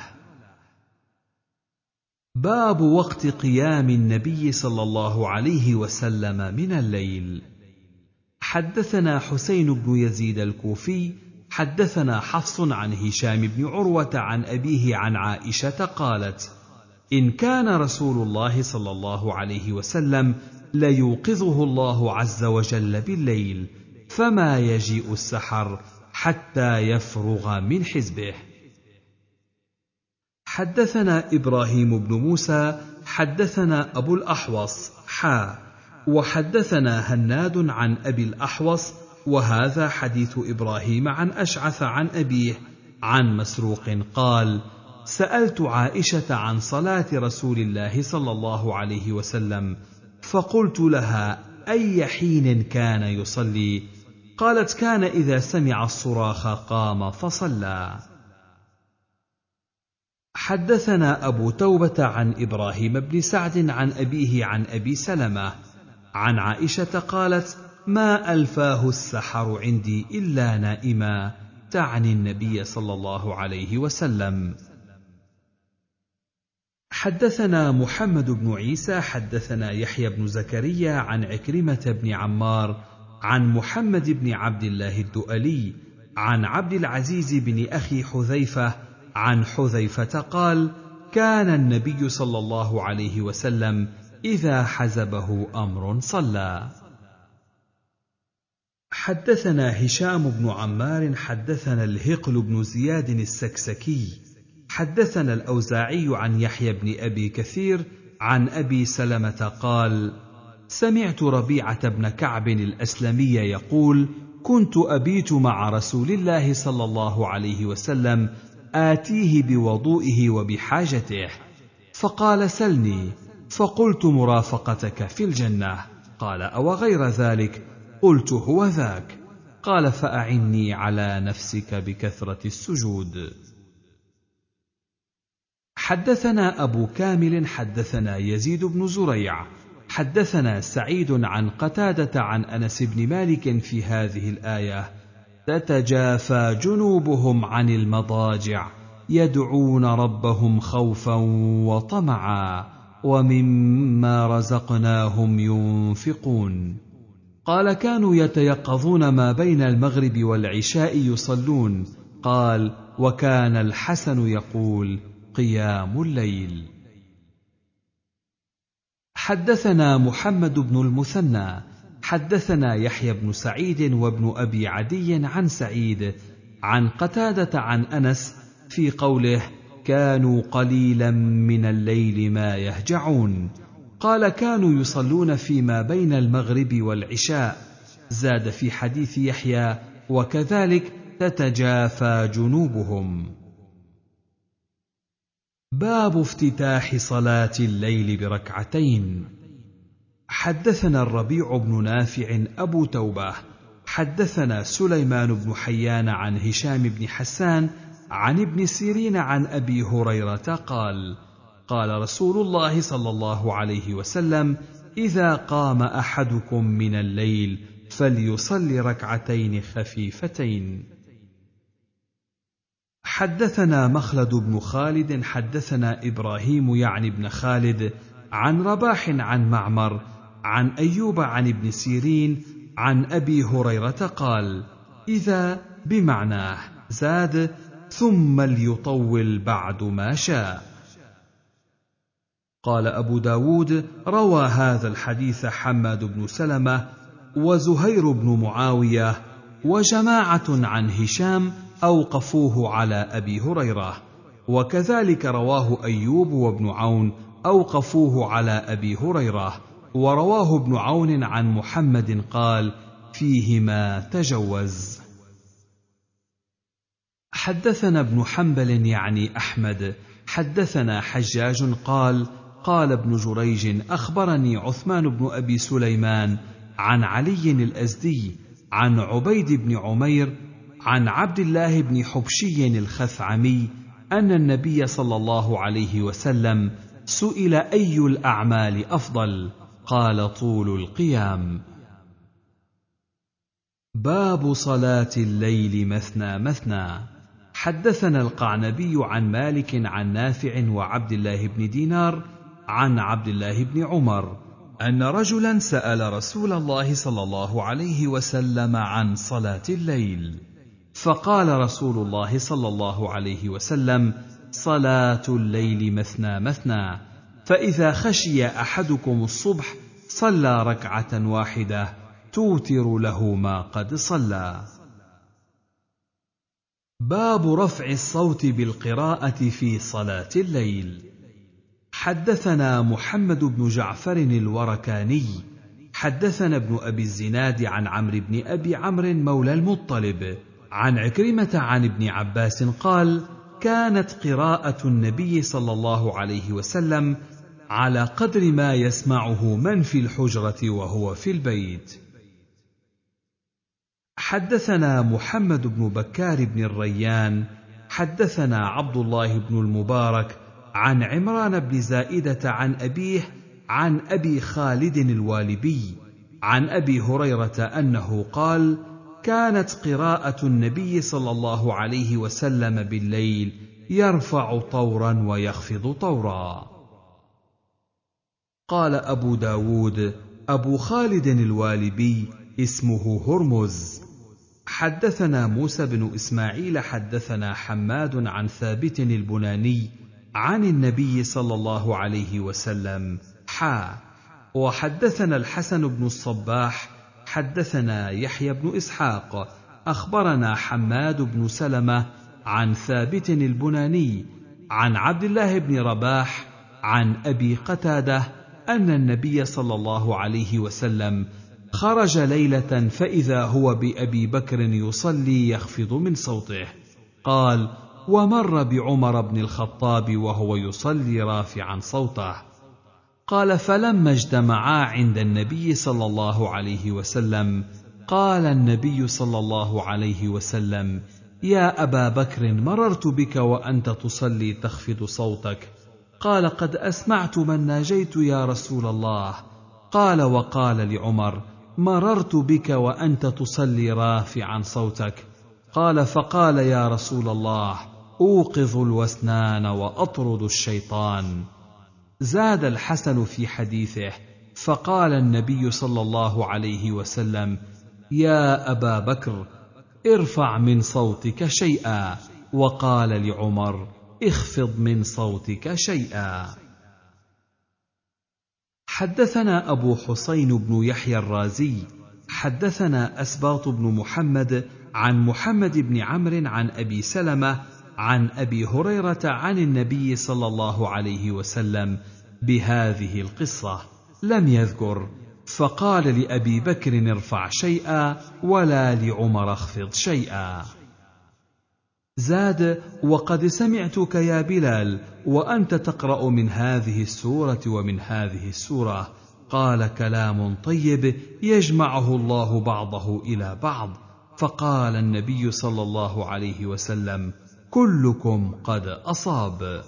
A: باب وقت قيام النبي صلى الله عليه وسلم من الليل. حدثنا حسين بن يزيد الكوفي حدثنا حفص عن هشام بن عروة عن أبيه عن عائشة قالت: إن كان رسول الله صلى الله عليه وسلم ليوقظه الله عز وجل بالليل فما يجيء السحر حتى يفرغ من حزبه. حدثنا إبراهيم بن موسى حدثنا أبو الأحوص حا وحدثنا هناد عن أبي الأحوص وهذا حديث إبراهيم عن أشعث عن أبيه عن مسروق قال: سألت عائشة عن صلاة رسول الله صلى الله عليه وسلم فقلت لها: أي حين كان يصلي؟ قالت: كان إذا سمع الصراخ قام فصلى. حدثنا أبو توبة عن إبراهيم بن سعد عن أبيه عن أبي سلمة عن عائشة قالت: ما ألفاه السحر عندي إلا نائما، تعني النبي صلى الله عليه وسلم. حدثنا محمد بن عيسى حدثنا يحيى بن زكريا عن عكرمة بن عمار عن محمد بن عبد الله الدؤلي عن عبد العزيز بن أخي حذيفة عن حذيفة قال: كان النبي صلى الله عليه وسلم إذا حزبه أمر صلى. حدثنا هشام بن عمار حدثنا الهقل بن زياد السكسكي حدثنا الأوزاعي عن يحيى بن أبي كثير عن أبي سلمة قال: سمعت ربيعة بن كعب الأسلمي يقول: كنت أبيت مع رسول الله صلى الله عليه وسلم آتيه بوضوئه وبحاجته، فقال: سلني، فقلت: مرافقتك في الجنة. قال: أو غير ذلك؟ قلت: هو ذاك. قال: فأعني على نفسك بكثرة السجود. حدثنا أبو كامل حدثنا يزيد بن زريع حدثنا سعيد عن قتادة عن أنس بن مالك في هذه الآية: تتجافى جنوبهم عن المضاجع يدعون ربهم خوفا وطمعا ومما رزقناهم ينفقون. قال: كانوا يتيقظون ما بين المغرب والعشاء يصلون. قال: وكان الحسن يقول: قيام الليل. حدثنا محمد بن المثنى حدثنا يحيى بن سعيد وابن أبي عدي عن سعيد عن قتادة عن أنس في قوله: كانوا قليلا من الليل ما يهجعون. قال: كانوا يصلون فيما بين المغرب والعشاء. زاد في حديث يحيى: وكذلك تتجافى جنوبهم. باب افتتاح صلاة الليل بركعتين. حدثنا الربيع بن نافع أبو توبة حدثنا سليمان بن حيان عن هشام بن حسان عن ابن سيرين عن أبي هريرة قال: قال رسول الله صلى الله عليه وسلم: إذا قام أحدكم من الليل فليصل ركعتين خفيفتين. حدثنا مخلد بن خالد حدثنا إبراهيم يعني بن خالد عن رباح عن معمر عن أيوب عن ابن سيرين عن أبي هريرة قال: إذا بمعناه، زاد: ثم ليطول بعد ما شاء. قال أبو داود: روى هذا الحديث حماد بن سلمة وزهير بن معاوية وجماعة عن هشام أوقفوه على أبي هريرة، وكذلك رواه أيوب وابن عون أوقفوه على أبي هريرة، ورواه ابن عون عن محمد قال: فيهما تجوز. حدثنا ابن حنبل يعني أحمد حدثنا حجاج قال قال ابن جريج أخبرني عثمان بن أبي سليمان عن علي الأزدي عن عبيد بن عمير عن عبد الله بن حبشي الخثعمي أن النبي صلى الله عليه وسلم سئل أي الأعمال أفضل؟ قال طول القيام. باب صلاة الليل مثنى مثنى. حدثنا القعنبي عن مالك عن نافع وعبد الله بن دينار عن عبد الله بن عمر أن رجلا سأل رسول الله صلى الله عليه وسلم عن صلاة الليل، فقال رسول الله صلى الله عليه وسلم: صلاة الليل مثنى مثنى، فإذا خشي أحدكم الصبح صلى ركعة واحدة توتر له ما قد صلى. باب رفع الصوت بالقراءة في صلاة الليل. حدثنا محمد بن جعفر الوركاني حدثنا ابن أبي الزناد عن عمرو بن أبي عمرو مولى المطلب عن عكرمة عن ابن عباس قال: كانت قراءة النبي صلى الله عليه وسلم على قدر ما يسمعه من في الحجرة وهو في البيت. حدثنا محمد بن بكار بن الريان حدثنا عبد الله بن المبارك عن عمران بن زائدة عن أبيه عن أبي خالد الوالبي عن أبي هريرة أنه قال: كانت قراءة النبي صلى الله عليه وسلم بالليل يرفع طورا ويخفض طورا. قال أبو داود: أبو خالد الوالبي اسمه هرمز. حدثنا موسى بن إسماعيل حدثنا حماد عن ثابت البناني عن النبي صلى الله عليه وسلم حا وحدثنا الحسن بن الصباح حدثنا يحيى بن إسحاق أخبرنا حماد بن سلمة عن ثابت البناني عن عبد الله بن رباح عن أبي قتادة أن النبي صلى الله عليه وسلم خرج ليلة فإذا هو بأبي بكر يصلي يخفض من صوته. قال: ومر بعمر بن الخطاب وهو يصلي رافعا صوته. قال: فلما اجتمعا عند النبي صلى الله عليه وسلم قال النبي صلى الله عليه وسلم: يا أبا بكر، مررت بك وأنت تصلي تخفض صوتك. قال: قد أسمعت من ناجيت يا رسول الله. قال: وقال لعمر: مررت بك وأنت تصلي رافعا صوتك. قال: فقال: يا رسول الله، أوقظ الوسنان وأطرد الشيطان. زاد الحسن في حديثه: فقال النبي صلى الله عليه وسلم: يا أبا بكر، ارفع من صوتك شيئا. وقال لعمر: اخفض من صوتك شيئا. حدثنا أبو حسين بن يحيى الرازي حدثنا أسباط بن محمد عن محمد بن عمرو عن أبي سلمة عن أبي هريرة عن النبي صلى الله عليه وسلم بهذه القصة، لم يذكر فقال لأبي بكر: ارفع شيئا، ولا لعمر اخفض شيئا. زاد: وقد سمعتك يا بلال وأنت تقرأ من هذه السورة ومن هذه السورة. قال: كلام طيب يجمعه الله بعضه إلى بعض. فقال النبي صلى الله عليه وسلم: كلكم قد أصاب.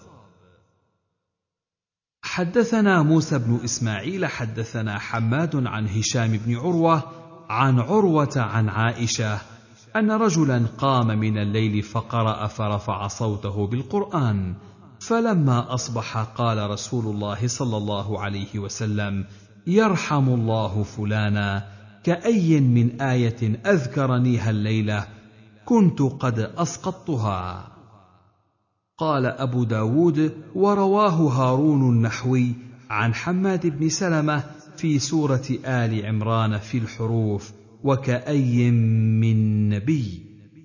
A: حدثنا موسى بن إسماعيل حدثنا حماد عن هشام بن عروة عن عروة عن عائشة أن رجلا قام من الليل فقرأ فرفع صوته بالقرآن، فلما أصبح قال رسول الله صلى الله عليه وسلم: يرحم الله فلانا، كأي من آية أذكرنيها الليلة كنت قد أسقطتها. قال أبو داود: ورواه هارون النحوي عن حماد بن سلمة في سورة آل عمران في الحروف: وكأي من نبي.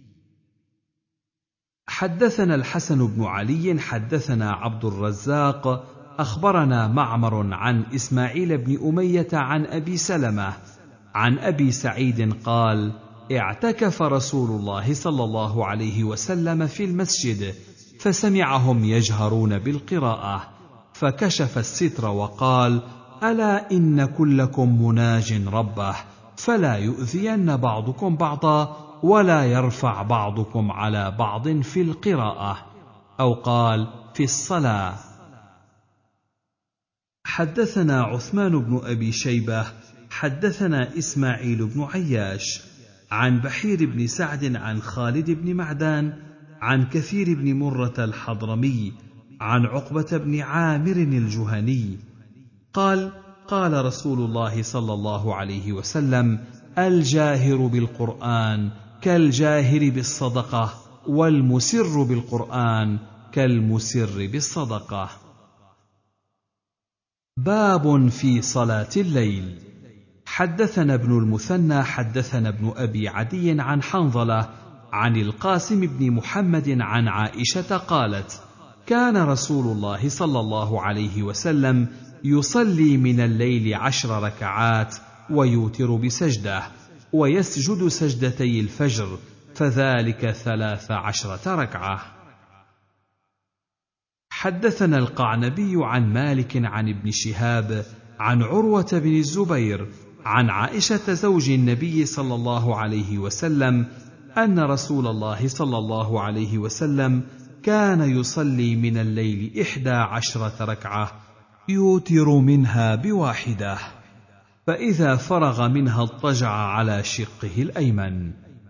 A: حدثنا الحسن بن علي حدثنا عبد الرزاق أخبرنا معمر عن إسماعيل بن أمية عن أبي سلمة عن أبي سعيد قال: اعتكف رسول الله صلى الله عليه وسلم في المسجد، فسمعهم يجهرون بالقراءة، فكشف الستر وقال: ألا إن كلكم مناج ربه، فلا يؤذين بعضكم بعضا، ولا يرفع بعضكم على بعض في القراءة، أو قال في الصلاة. حدثنا عثمان بن أبي شيبة حدثنا إسماعيل بن عياش عن بحير بن سعد عن خالد بن معدان عن كثير بن مرة الحضرمي عن عقبة بن عامر الجهني قال: قال رسول الله صلى الله عليه وسلم: الجاهر بالقرآن كالجاهر بالصدقة، والمسر بالقرآن كالمسر بالصدقة. باب في صلاة الليل. حدثنا ابن المثنى حدثنا ابن أبي عدي عن حنظلة عن القاسم بن محمد عن عائشة قالت: كان رسول الله صلى الله عليه وسلم يصلي من الليل عشر ركعات ويوتر بسجدة، ويسجد سجدتي الفجر، فذلك ثلاث عشرة ركعة. حدثنا القعنبي عن مالك عن ابن شهاب عن عروة بن الزبير عن عائشة زوج النبي صلى الله عليه وسلم أن رسول الله صلى الله عليه وسلم كان يصلي من الليل إحدى عشرة ركعة يوتر منها بواحدة، فإذا فرغ منها اضطجع على شقه الأيمن.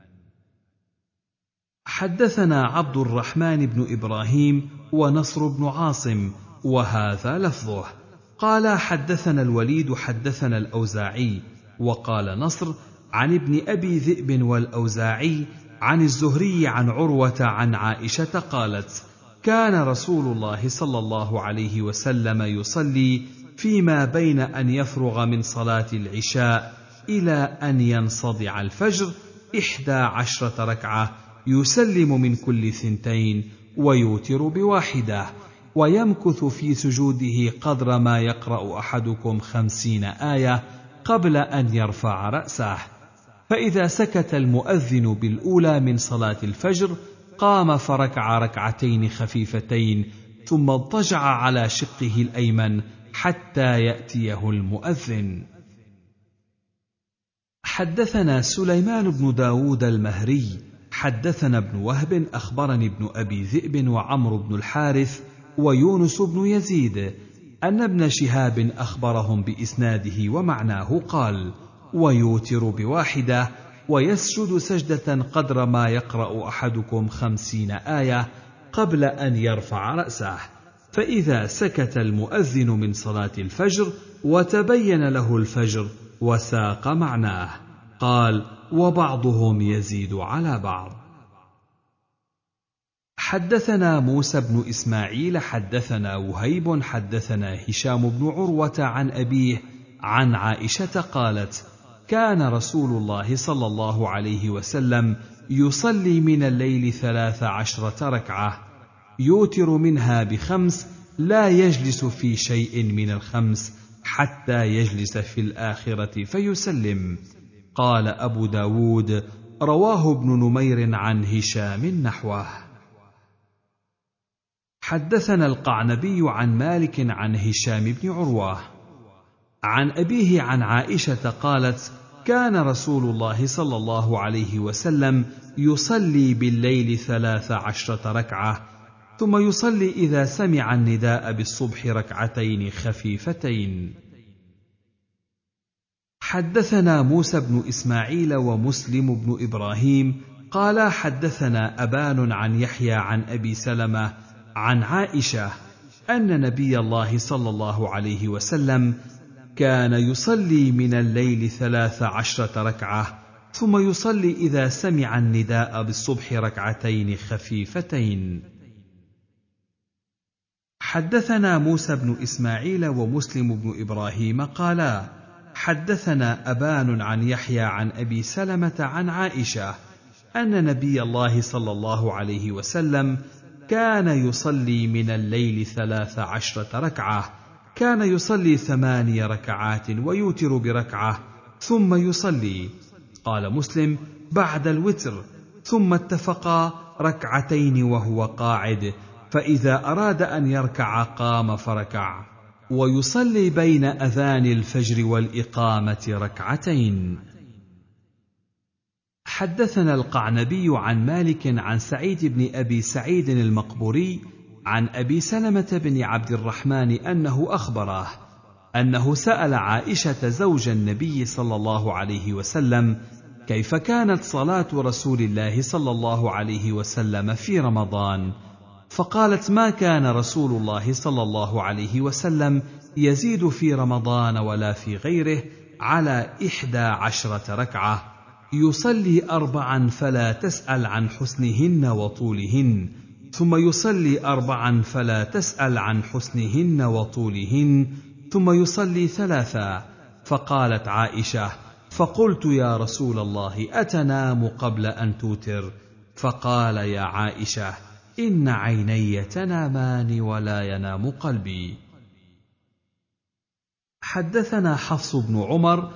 A: حدثنا عبد الرحمن بن إبراهيم ونصر بن عاصم وهذا لفظه قال: حدثنا الوليد حدثنا الأوزاعي، وقال نصر عن ابن أبي ذئب والأوزاعي عن الزهري عن عروة عن عائشة قالت: كان رسول الله صلى الله عليه وسلم يصلي فيما بين أن يفرغ من صلاة العشاء إلى أن ينصدع الفجر إحدى عشرة ركعة، يسلم من كل ثنتين ويوتر بواحدة، ويمكث في سجوده قدر ما يقرأ أحدكم خمسين آية قبل أن يرفع رأسه، فإذا سكت المؤذن بالأولى من صلاة الفجر قام فركع ركعتين خفيفتين، ثم اضطجع على شقه الأيمن حتى يأتيه المؤذن. حدثنا سليمان بن داود المهري حدثنا ابن وهب أخبرني ابن أبي ذئب وعمرو بن الحارث ويونس بن يزيد أن ابن شهاب أخبرهم بإسناده ومعناه قال: ويوتر بواحدة ويسجد سجدة قدر ما يقرأ أحدكم خمسين آية قبل أن يرفع رأسه، فإذا سكت المؤذن من صلاة الفجر وتبين له الفجر وساق معناه. قال: وبعضهم يزيد على بعض. حدثنا موسى بن إسماعيل حدثنا وهيب حدثنا هشام بن عروة عن أبيه عن عائشة قالت: كان رسول الله صلى الله عليه وسلم يصلي من الليل ثلاث عشرة ركعة يوتر منها بخمس، لا يجلس في شيء من الخمس حتى يجلس في الآخرة فيسلم. قال أبو داود: رواه ابن نمير عن هشام نحوه. حدثنا القعنبي عن مالك عن هشام بن عروة عن أبيه عن عائشة قالت: كان رسول الله صلى الله عليه وسلم يصلي بالليل ثلاث عشرة ركعة، ثم يصلي إذا سمع النداء بالصبح ركعتين خفيفتين. حدثنا موسى بن إسماعيل ومسلم بن إبراهيم قال: حدثنا أبان عن يحيى عن أبي سلمة عن عائشة أن نبي الله صلى الله عليه وسلم كان يصلي من الليل ثلاث عشرة ركعة، ثم يصلي إذا سمع النداء بالصبح ركعتين خفيفتين. حدثنا موسى بن إسماعيل ومسلم بن إبراهيم قالا: حدثنا أبان عن يحيى عن أبي سلمة عن عائشة أن نبي الله صلى الله عليه وسلم كان يصلي من الليل ثلاث عشرة ركعة، كان يصلي ثماني ركعات ويوتر بركعة ثم يصلي. قال مسلم: بعد الوتر، ثم اتفقا ركعتين وهو قاعد، فإذا أراد أن يركع قام فركع، ويصلي بين أذان الفجر والإقامة ركعتين. حدثنا القعنبي عن مالك عن سعيد بن أبي سعيد المقبوري عن أبي سلمة بن عبد الرحمن أنه أخبره أنه سأل عائشة زوج النبي صلى الله عليه وسلم كيف كانت صلاة رسول الله صلى الله عليه وسلم في رمضان، فقالت: ما كان رسول الله صلى الله عليه وسلم يزيد في رمضان ولا في غيره على إحدى عشرة ركعة، يصلي أربعا فلا تسأل عن حسنهن وطولهن، ثم يصلي أربعا فلا تسأل عن حسنهن وطولهن، ثم يصلي ثلاثا. فقالت عائشة: فقلت: يا رسول الله، أتنام قبل أن توتر؟ فقال: يا عائشة، إن عيني تنامان ولا ينام قلبي. حدثنا حفص بن عمر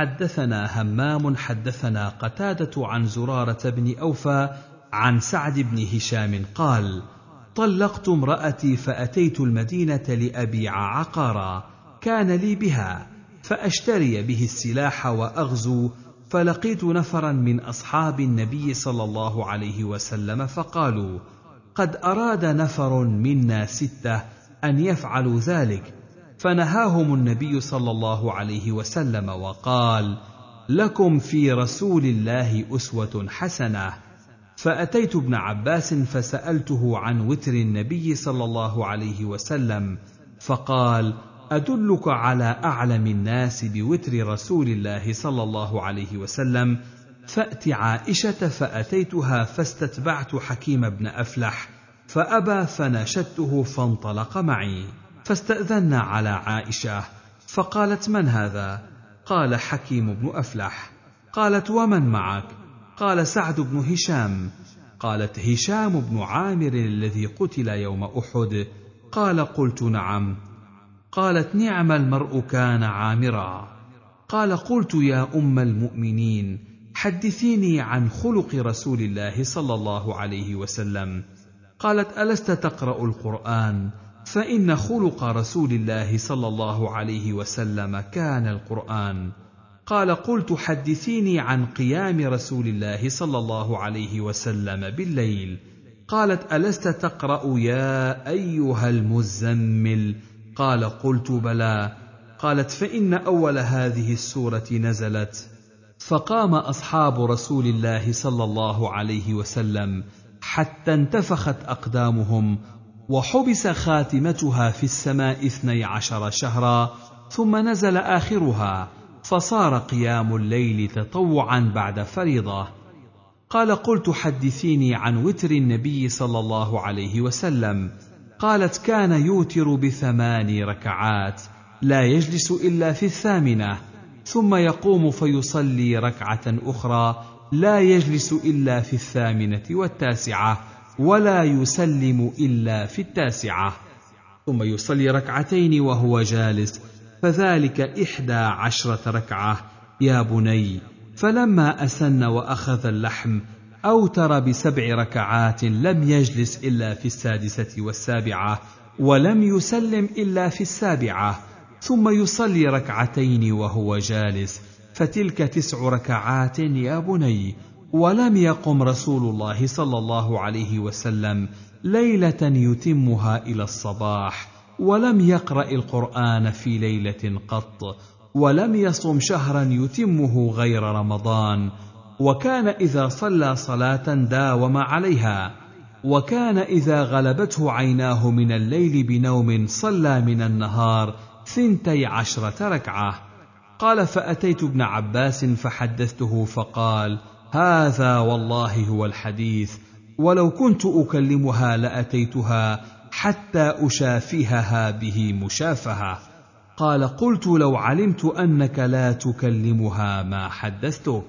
A: حدثنا همام حدثنا قتادة عن زرارة بن أوفى عن سعد بن هشام قال: طلقت امرأتي فأتيت المدينة لأبيع عقارا كان لي بها، فأشتري به السلاح وأغزو، فلقيت نفرا من أصحاب النبي صلى الله عليه وسلم فقالوا: قد أراد نفر منا ستة أن يفعلوا ذلك، فنهاهم النبي صلى الله عليه وسلم وقال: لكم في رسول الله أسوة حسنة. فأتيت ابن عباس فسألته عن وتر النبي صلى الله عليه وسلم، فقال: أدلك على أعلم الناس بوتر رسول الله صلى الله عليه وسلم؟ فأت عائشة. فأتيتها فاستتبعت حكيم بن أفلح فأبى، فناشدته فانطلق معي، فاستأذنا على عائشة، فقالت: من هذا؟ قال: حكيم بن أفلح. قالت: ومن معك؟ قال: سعد بن هشام. قالت: هشام بن عامر الذي قتل يوم أحد؟ قال: قلت: نعم. قالت: نعم المرء كان عامرا. قال: قلت: يا أم المؤمنين، حدثيني عن خلق رسول الله صلى الله عليه وسلم. قالت: ألست تقرأ القرآن؟ فإن خلق رسول الله صلى الله عليه وسلم كان القرآن. قال: قلت: حدثيني عن قيام رسول الله صلى الله عليه وسلم بالليل. قالت: ألست تقرأ يا أيها المزمل؟ قال: قلت: بلى. قالت: فإن أول هذه السورة نزلت: فقام أصحاب رسول الله صلى الله عليه وسلم حتى انتفخت أقدامهم، وحبس خاتمتها في السماء اثني عشر شهرا، ثم نزل آخرها، فصار قيام الليل تطوعا بعد فريضة. قال: قلت: حدثيني عن وتر النبي صلى الله عليه وسلم. قالت: كان يوتر بثمان ركعات، لا يجلس إلا في الثامنة، ثم يقوم فيصلي ركعة أخرى، لا يجلس إلا في الثامنة والتاسعة، ولا يسلم إلا في التاسعة، ثم يصلي ركعتين وهو جالس، فذلك إحدى عشرة ركعة يا بني. فلما أسن وأخذ اللحم أوتر بسبع ركعات، لم يجلس إلا في السادسة والسابعة، ولم يسلم إلا في السابعة، ثم يصلي ركعتين وهو جالس، فتلك تسع ركعات يا بني. ولم يقم رسول الله صلى الله عليه وسلم ليلة يتمها إلى الصباح، ولم يقرأ القرآن في ليلة قط، ولم يصم شهرا يتمه غير رمضان. وكان إذا صلى صلاة داوم عليها، وكان إذا غلبته عيناه من الليل بنوم صلى من النهار ثنتي عشرة ركعة. قال: فأتيت ابن عباس فحدثته، فقال: هذا والله هو الحديث، ولو كنت أكلمها لأتيتها حتى أشافهها به مشافهة. قال: قلت: لو علمت أنك لا تكلمها ما حدثتك.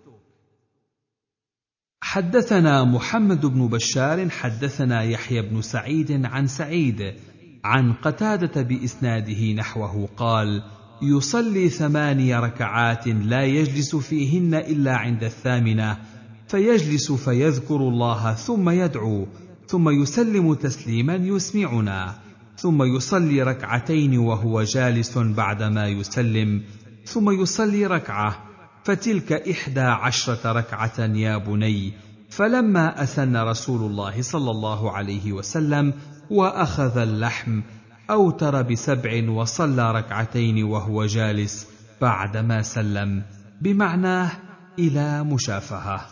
A: حدثنا محمد بن بشار حدثنا يحيى بن سعيد عن سعيد عن قتادة بإسناده نحوه قال: يصلي ثماني ركعات لا يجلس فيهن إلا عند الثامنة، فيجلس فيذكر الله ثم يدعو، ثم يسلم تسليما يسمعنا، ثم يصلي ركعتين وهو جالس بعدما يسلم، ثم يصلي ركعة، فتلك إحدى عشرة ركعة يا بني. فلما أسن رسول الله صلى الله عليه وسلم وأخذ اللحم أوتر بسبع وصلى ركعتين وهو جالس بعدما سلم، بمعناه إلى مشافهة.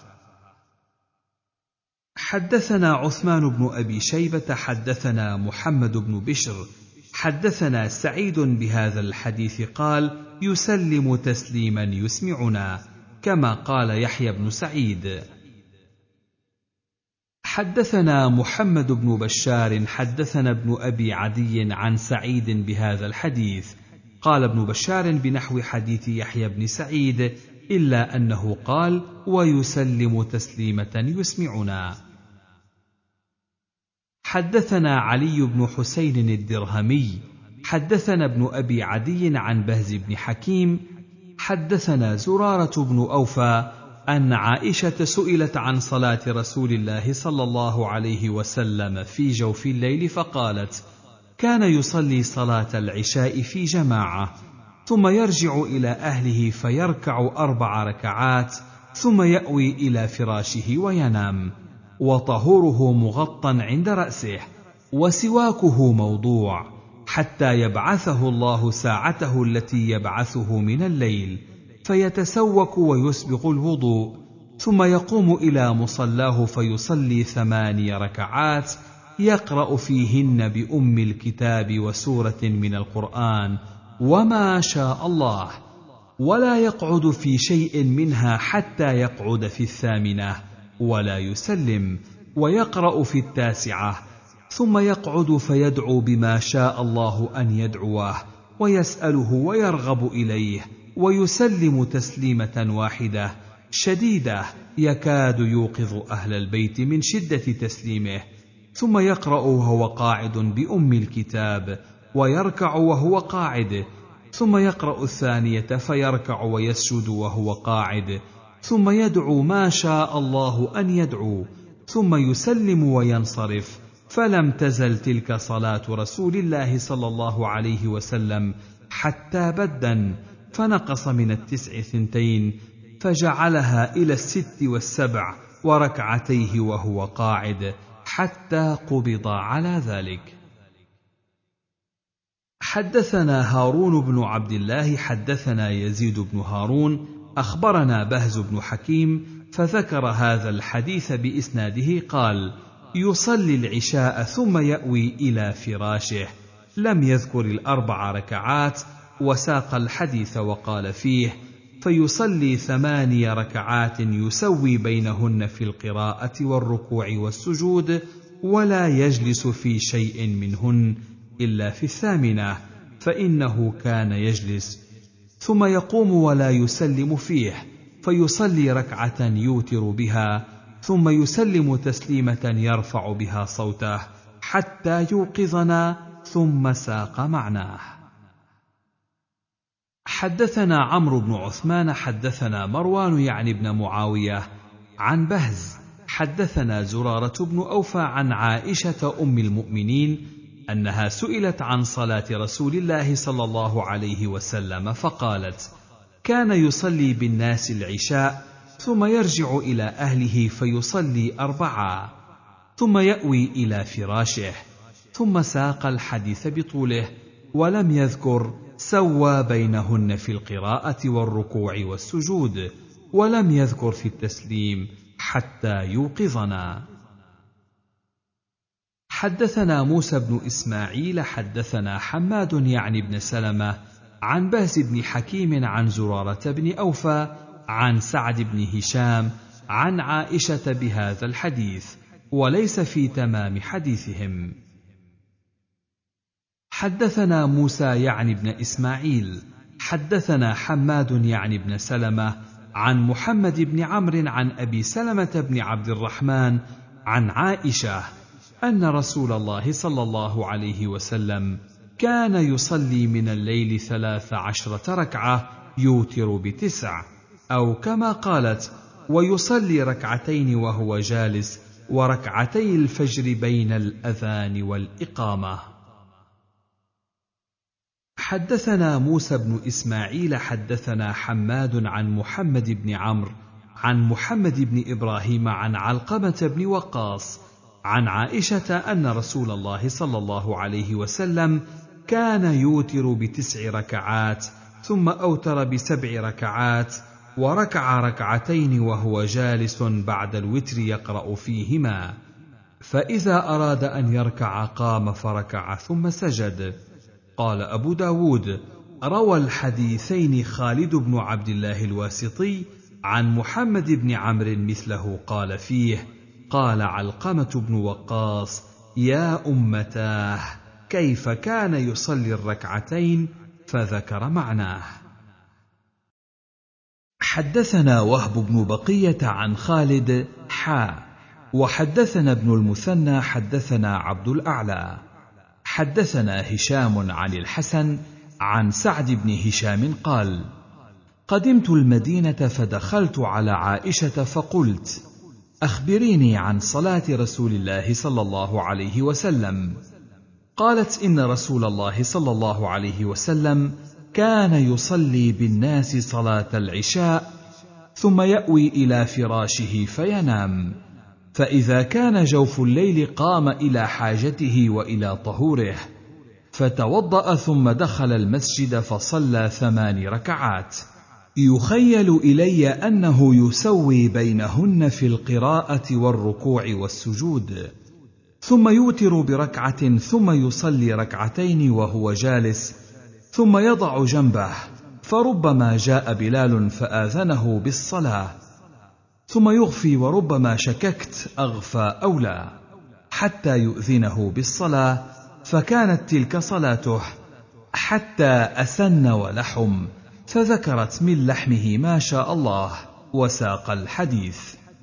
A: حدثنا عثمان بن أبي شيبة حدثنا محمد بن بشر حدثنا سعيد بهذا الحديث قال: يسلم تسليما يسمعنا، كما قال يحيى بن سعيد. حدثنا محمد بن بشار حدثنا ابن أبي عدي عن سعيد بهذا الحديث، قال ابن بشار بنحو حديث يحيى بن سعيد، إلا أنه قال: ويسلم تسليمة يسمعنا. حدثنا علي بن حسين الدرهمي حدثنا ابن أبي عدي عن بهز بن حكيم حدثنا زرارة بن أوفى أن عائشة سئلت عن صلاة رسول الله صلى الله عليه وسلم في جوف الليل فقالت: كان يصلي صلاة العشاء في جماعة، ثم يرجع إلى أهله فيركع أربع ركعات، ثم يأوي إلى فراشه وينام، وطهوره مغطى عند رأسه، وسواكه موضوع، حتى يبعثه الله ساعته التي يبعثه من الليل، فيتسوك ويسبغ الوضوء، ثم يقوم إلى مصلاه فيصلي ثماني ركعات يقرأ فيهن بأم الكتاب وسورة من القرآن وما شاء الله، ولا يقعد في شيء منها حتى يقعد في الثامنة، ولا يسلم، ويقرأ في التاسعة، ثم يقعد فيدعو بما شاء الله أن يدعوه، ويسأله ويرغب إليه، ويسلم تسليمة واحدة شديدة يكاد يوقظ أهل البيت من شدة تسليمه، ثم يقرأ وهو قاعد بأم الكتاب، ويركع وهو قاعد، ثم يقرأ الثانية فيركع ويسجد وهو قاعد، ثم يدعو ما شاء الله أن يدعو، ثم يسلم وينصرف. فلم تزل تلك صلاة رسول الله صلى الله عليه وسلم حتى بدن، فنقص من التسع ثنتين، فجعلها إلى الست والسبع وركعتيه وهو قاعد، حتى قبض على ذلك. حدثنا هارون بن عبد الله حدثنا يزيد بن هارون أخبرنا بهز بن حكيم، فذكر هذا الحديث بإسناده قال: يصلي العشاء ثم يأوي إلى فراشه، لم يذكر الأربع ركعات، وساق الحديث وقال فيه: فيصلي ثماني ركعات يسوي بينهن في القراءة والركوع والسجود، ولا يجلس في شيء منهن إلا في الثامنة، فإنه كان يجلس، ثم يقوم ولا يسلم فيه، فيصلي ركعة يوتر بها، ثم يسلم تسليمة يرفع بها صوته حتى يوقظنا، ثم ساق معناه. حدثنا عمرو بن عثمان حدثنا مروان يعني بن معاوية عن بهز حدثنا زرارة بن أوفى عن عائشة أم المؤمنين أنها سئلت عن صلاة رسول الله صلى الله عليه وسلم فقالت: كان يصلي بالناس العشاء، ثم يرجع إلى أهله فيصلي أربعة، ثم يأوي إلى فراشه، ثم ساق الحديث بطوله، ولم يذكر سوى بينهن في القراءة والركوع والسجود، ولم يذكر في التسليم حتى يوقظنا. حدثنا موسى بن إسماعيل حدثنا حماد يعني بن سلمة عن بهز بن حكيم عن زرارة بن أوفى عن سعد بن هشام عن عائشة بهذا الحديث، وليس في تمام حديثهم. حدثنا موسى يعني بن إسماعيل حدثنا حماد يعني بن سلمة عن محمد بن عمرو عن أبي سلمة بن عبد الرحمن عن عائشة أن رسول الله صلى الله عليه وسلم كان يصلي من الليل ثلاث عشرة ركعة يوتر بتسع، أو كما قالت: ويصلي ركعتين وهو جالس وركعتي الفجر بين الأذان والإقامة. حدثنا موسى بن إسماعيل حدثنا حماد عن محمد بن عمرو عن محمد بن إبراهيم عن علقمة بن وقاص عن عائشة أن رسول الله صلى الله عليه وسلم كان يوتر بتسع ركعات ثم أوتر بسبع ركعات وركع ركعتين وهو جالس بعد الوتر يقرأ فيهما، فإذا أراد أن يركع قام فركع ثم سجد. قال أبو داود: روى الحديثين خالد بن عبد الله الواسطي عن محمد بن عمرو مثله قال فيه: قال علقمة بن وقاص: يا أمتاه كيف كان يصلي الركعتين، فذكر معناه. حدثنا وهب بن بقية عن خالد حا وحدثنا ابن المثنى حدثنا عبد الأعلى حدثنا هشام عن الحسن عن سعد بن هشام قال: قدمت المدينة فدخلت على عائشة فقلت: أخبريني عن صلاة رسول الله صلى الله عليه وسلم. قالت: إن رسول الله صلى الله عليه وسلم كان يصلي بالناس صلاة العشاء ثم يأوي إلى فراشه فينام، فإذا كان جوف الليل قام إلى حاجته وإلى طهوره، فتوضأ ثم دخل المسجد فصلى ثمان ركعات، يخيل إلي أنه يسوي بينهن في القراءة والركوع والسجود، ثم يوتر بركعة ثم يصلي ركعتين وهو جالس، ثم يضع جنبه، فربما جاء بلال فآذنه بالصلاة، ثم يغفي وربما شككت أغفى أو لا، حتى يؤذنه بالصلاة، فكانت تلك صلاته، حتى أسن ولحم، فذكرت من لحمه ما شاء الله، وساق الحديث.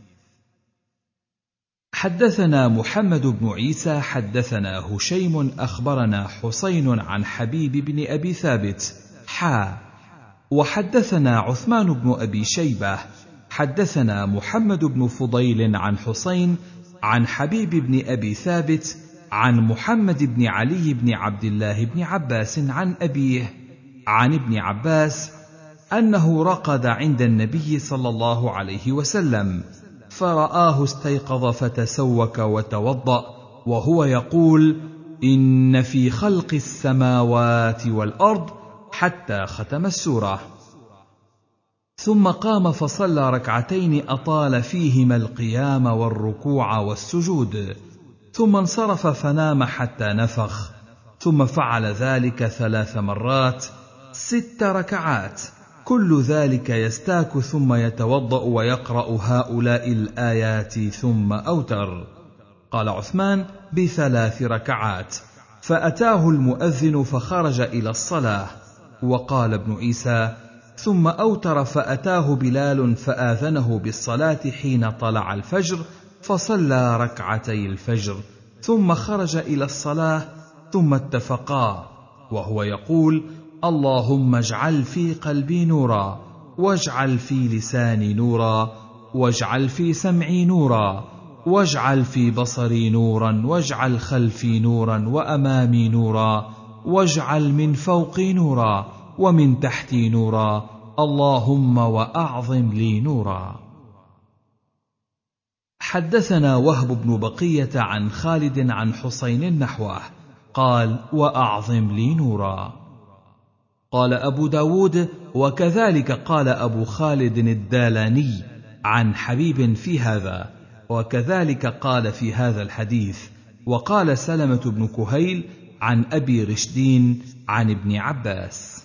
A: حدثنا محمد بن عيسى حدثنا هشيم أخبرنا حسين عن حبيب بن أبي ثابت حا وحدثنا عثمان بن أبي شيبة حدثنا محمد بن فضيل عن حسين عن حبيب بن أبي ثابت عن محمد بن علي بن عبد الله بن عباس عن أبيه عن ابن عباس أنه رقد عند النبي صلى الله عليه وسلم، فرآه استيقظ فتسوك وتوضأ وهو يقول: إن في خلق السماوات والأرض، حتى ختم السورة، ثم قام فصلى ركعتين أطال فيهما القيام والركوع والسجود، ثم انصرف فنام حتى نفخ، ثم فعل ذلك ثلاث مرات ست ركعات، كل ذلك يستاك ثم يتوضأ ويقرأ هؤلاء الآيات ثم أوتر. قال عثمان: بثلاث ركعات، فأتاه المؤذن فخرج إلى الصلاة. وقال ابن عيسى: ثم أوتر فأتاه بلال فآذنه بالصلاة حين طلع الفجر، فصلى ركعتي الفجر ثم خرج إلى الصلاة، ثم اتفقا وهو يقول: اللهم اجعل في قلبي نورا، واجعل في لساني نورا، واجعل في سمعي نورا، واجعل في بصري نورا، واجعل خلفي نورا وأمامي نورا، واجعل من فوقي نورا ومن تحتي نورا، اللهم وأعظم لي نورا. حدثنا وهب بن بقية عن خالد عن حسين نحوه قال: وأعظم لي نورا. قال أبو داود: وكذلك قال أبو خالد الدالاني عن حبيب في هذا، وكذلك قال في هذا الحديث. وقال سلمة بن كهيل عن أبي رشدين عن ابن عباس.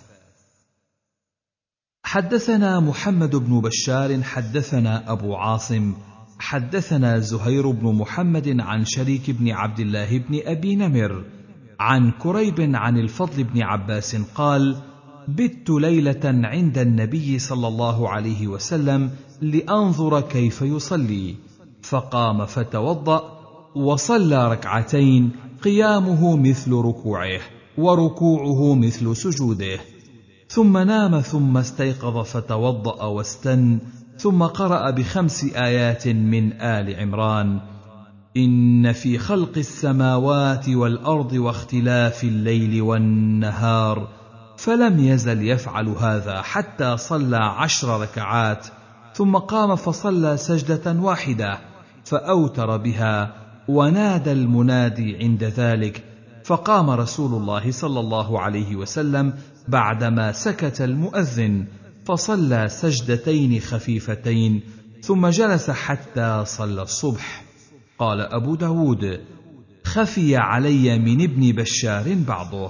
A: حدثنا محمد بن بشار حدثنا أبو عاصم حدثنا زهير بن محمد عن شريك بن عبد الله بن أبي نمر عن كريب عن الفضل بن عباس قال: بت ليلة عند النبي صلى الله عليه وسلم لأنظر كيف يصلي، فقام فتوضأ وصلى ركعتين قيامه مثل ركوعه، وركوعه مثل سجوده. ثم نام ثم استيقظ فتوضأ واستن، ثم قرأ بخمس آيات من آل عمران: إن في خلق السماوات والأرض واختلاف الليل والنهار، فلم يزل يفعل هذا حتى صلى عشر ركعات، ثم قام فصلى سجدة واحدة فأوتر بها، ونادى المنادي عند ذلك، فقام رسول الله صلى الله عليه وسلم بعدما سكت المؤذن فصلى سجدتين خفيفتين، ثم جلس حتى صلى الصبح. قال أبو داود: خفي علي من ابن بشار بعضه.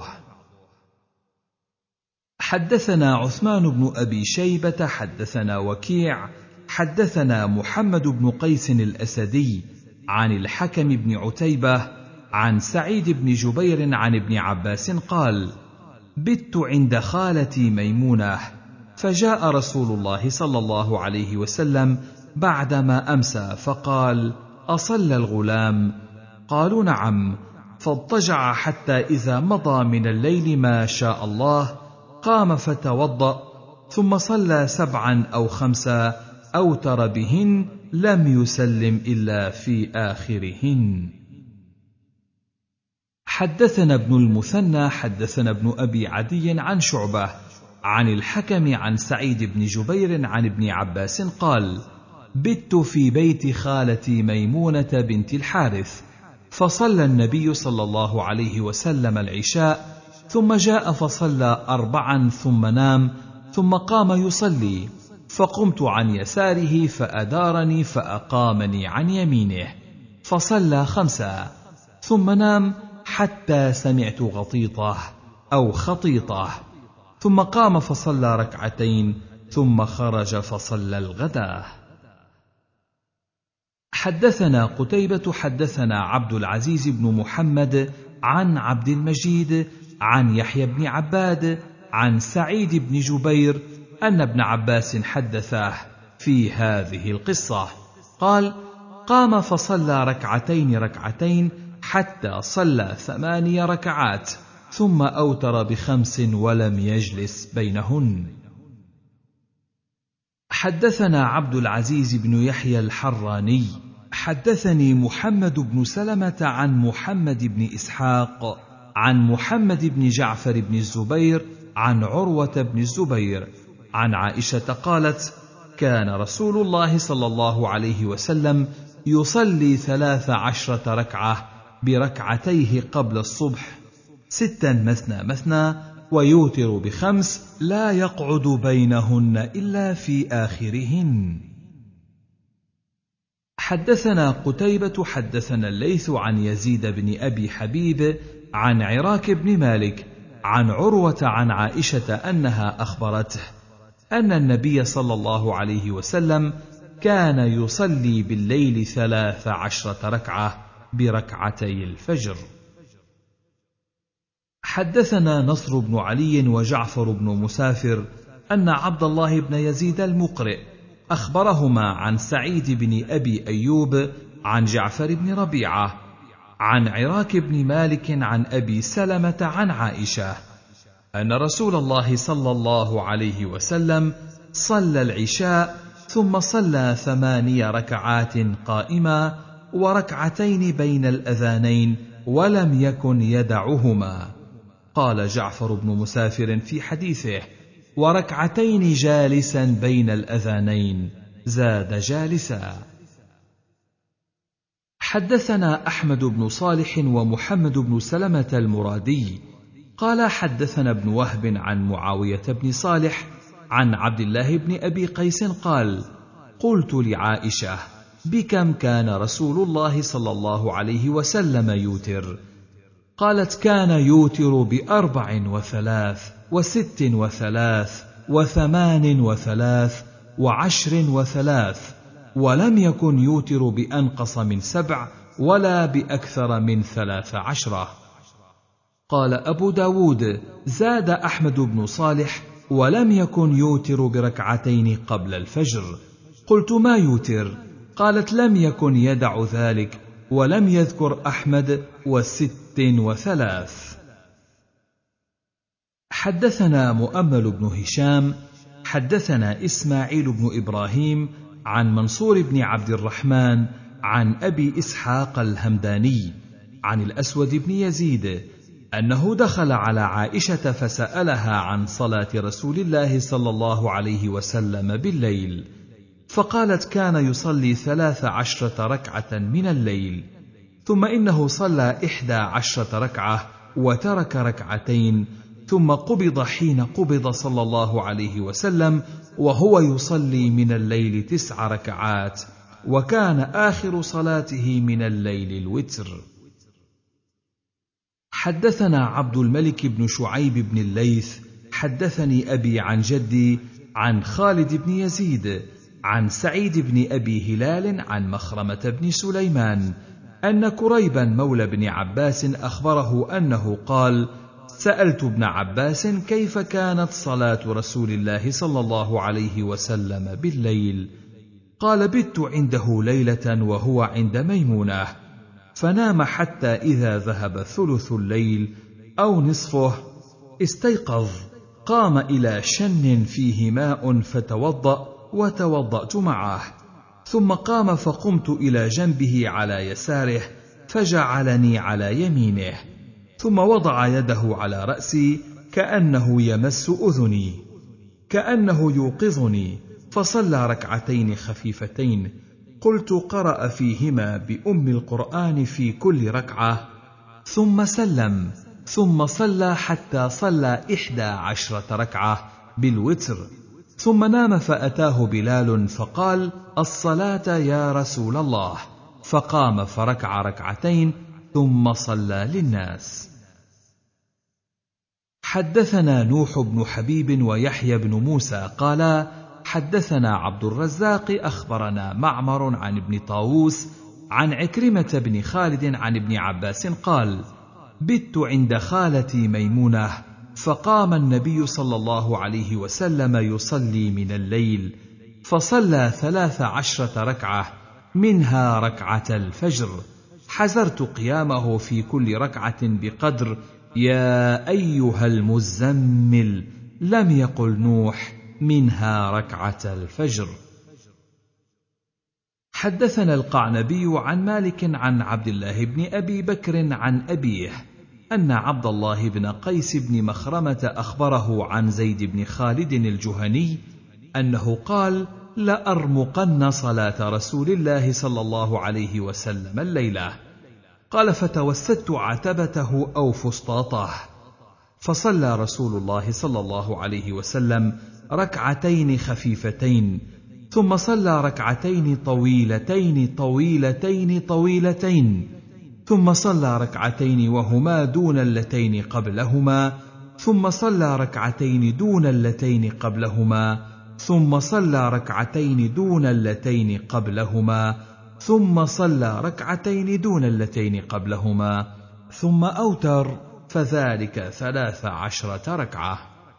A: حدثنا عثمان بن أبي شيبة حدثنا وكيع حدثنا محمد بن قيس الأسدي عن الحكم بن عتيبة عن سعيد بن جبير عن ابن عباس قال: بت عند خالتي ميمونة، فجاء رسول الله صلى الله عليه وسلم بعدما أمسى فقال: أصلى الغلام؟ قالوا: نعم. فاضطجع حتى إذا مضى من الليل ما شاء الله قام فتوضأ، ثم صلى سبعا أو خمسا أوتر بهن، لم يسلم إلا في آخرهن. حدثنا ابن المثنى حدثنا ابن أبي عدي عن شعبة عن الحكم عن سعيد بن جبير عن ابن عباس قال: بت في بيت خالتي ميمونة بنت الحارث، فصلى النبي صلى الله عليه وسلم العشاء، ثم جاء فصلى أربعا ثم نام، ثم قام يصلي، فقمت عن يساره فأدارني فأقامني عن يمينه، فصلى خمسا، ثم نام حتى سمعت غطيطه أو خطيطه، ثم قام فصلى ركعتين، ثم خرج فصلى الغداة. حدثنا قتيبة حدثنا عبد العزيز بن محمد عن عبد المجيد عن يحيى بن عباد عن سعيد بن جبير أن ابن عباس حدثاه في هذه القصة قال: قام فصلى ركعتين ركعتين حتى صلى ثماني ركعات، ثم أوتر بخمس ولم يجلس بينهن. حدثنا عبد العزيز بن يحيى الحراني حدثني محمد بن سلمة عن محمد بن إسحاق عن محمد بن جعفر بن الزبير عن عروة بن الزبير عن عائشة قالت: كان رسول الله صلى الله عليه وسلم يصلي ثلاث عشرة ركعة بركعتيه قبل الصبح، ستا مثنى مثنى، ويوتر بخمس لا يقعد بينهن إلا في آخرهن. حدثنا قتيبة حدثنا الليث عن يزيد بن أبي حبيب عن عراك بن مالك عن عروة عن عائشة أنها أخبرته أن النبي صلى الله عليه وسلم كان يصلي بالليل ثلاث عشرة ركعة بركعتي الفجر. حدثنا نصر بن علي وجعفر بن مسافر أن عبد الله بن يزيد المقرئ أخبرهما عن سعيد بن أبي أيوب عن جعفر بن ربيعة عن عراك بن مالك عن أبي سلمة عن عائشة أن رسول الله صلى الله عليه وسلم صلى العشاء ثم صلى ثماني ركعات قائما وركعتين بين الأذانين ولم يكن يدعهما. قال جعفر بن مسافر في حديثه: وركعتين جالسا بين الأذانين، زاد جالسا. حدثنا أحمد بن صالح ومحمد بن سلمة المرادي قال حدثنا ابن وهب عن معاوية بن صالح عن عبد الله بن أبي قيس قال: قلت لعائشة: بكم كان رسول الله صلى الله عليه وسلم يوتر؟ قالت: كان يوتر بأربع وثلاث وست وثلاث وثمان وثلاث وعشر وثلاث، ولم يكن يوتر بأنقص من سبع ولا بأكثر من ثلاث عشرة. قال أبو داود: زاد أحمد بن صالح: ولم يكن يوتر بركعتين قبل الفجر. قلت: ما يوتر؟ قالت: لم يكن يدع ذلك، ولم يذكر أحمد وست وثلاث. حدثنا مؤمل بن هشام حدثنا إسماعيل بن إبراهيم عن منصور بن عبد الرحمن عن أبي إسحاق الهمداني عن الأسود بن يزيد أنه دخل على عائشة فسألها عن صلاة رسول الله صلى الله عليه وسلم بالليل، فقالت: كان يصلي ثلاث عشرة ركعة من الليل، ثم إنه صلى إحدى عشرة ركعة وترك ركعتين، ثم قبض حين قبض صلى الله عليه وسلم وهو يصلي من الليل تسع ركعات، وكان آخر صلاته من الليل الوتر. حدثنا عبد الملك بن شعيب بن الليث حدثني أبي عن جدي عن خالد بن يزيد عن سعيد بن أبي هلال عن مخرمة بن سليمان أن كريبا مولى بن عباس أخبره أنه قال: سألت ابن عباس كيف كانت صلاة رسول الله صلى الله عليه وسلم بالليل؟ قال: بت عنده ليلة وهو عند ميمونة، فنام حتى إذا ذهب ثلث الليل أو نصفه استيقظ، قام إلى شن فيه ماء فتوضأ وتوضأت معه، ثم قام فقمت إلى جنبه على يساره فجعلني على يمينه، ثم وضع يده على رأسي كأنه يمس أذني كأنه يوقظني، فصلى ركعتين خفيفتين، قلت: قرأ فيهما بأم القرآن في كل ركعة، ثم سلم، ثم صلى حتى صلى إحدى عشرة ركعة بالوتر، ثم نام فأتاه بلال فقال: الصلاة يا رسول الله، فقام فركع ركعتين ثم صلى للناس. حدثنا نوح بن حبيب ويحيى بن موسى قالا: حدثنا عبد الرزاق أخبرنا معمر عن ابن طاووس عن عكرمة بن خالد عن ابن عباس قال: بت عند خالتي ميمونة، فقام النبي صلى الله عليه وسلم يصلي من الليل، فصلى ثلاث عشرة ركعة، منها ركعة الفجر، حزرت قيامه في كل ركعة بقدر يا أيها المزمل، لم يقل نوح منها ركعة الفجر. حدثنا القعنبي عن مالك عن عبد الله بن أبي بكر عن أبيه أن عبد الله بن قيس بن مخرمة أخبره عن زيد بن خالد الجهني أنه قال: لأرمقن صلاة رسول الله صلى الله عليه وسلم الليلة. قال: فتوسدت عتبته أو فسطاطه، فصلى رسول الله صلى الله عليه وسلم ركعتين خفيفتين، ثم صلى ركعتين طويلتين طويلتين طويلتين، ثم صلى ركعتين وهما دون اللتين قبلهما، ثم صلى ركعتين دون اللتين قبلهما، ثم صلى ركعتين دون اللتين قبلهما، ثم صلى ركعتين دون اللتين قبلهما، ثم أوتر، فذلك ثلاث عشرة ركعة.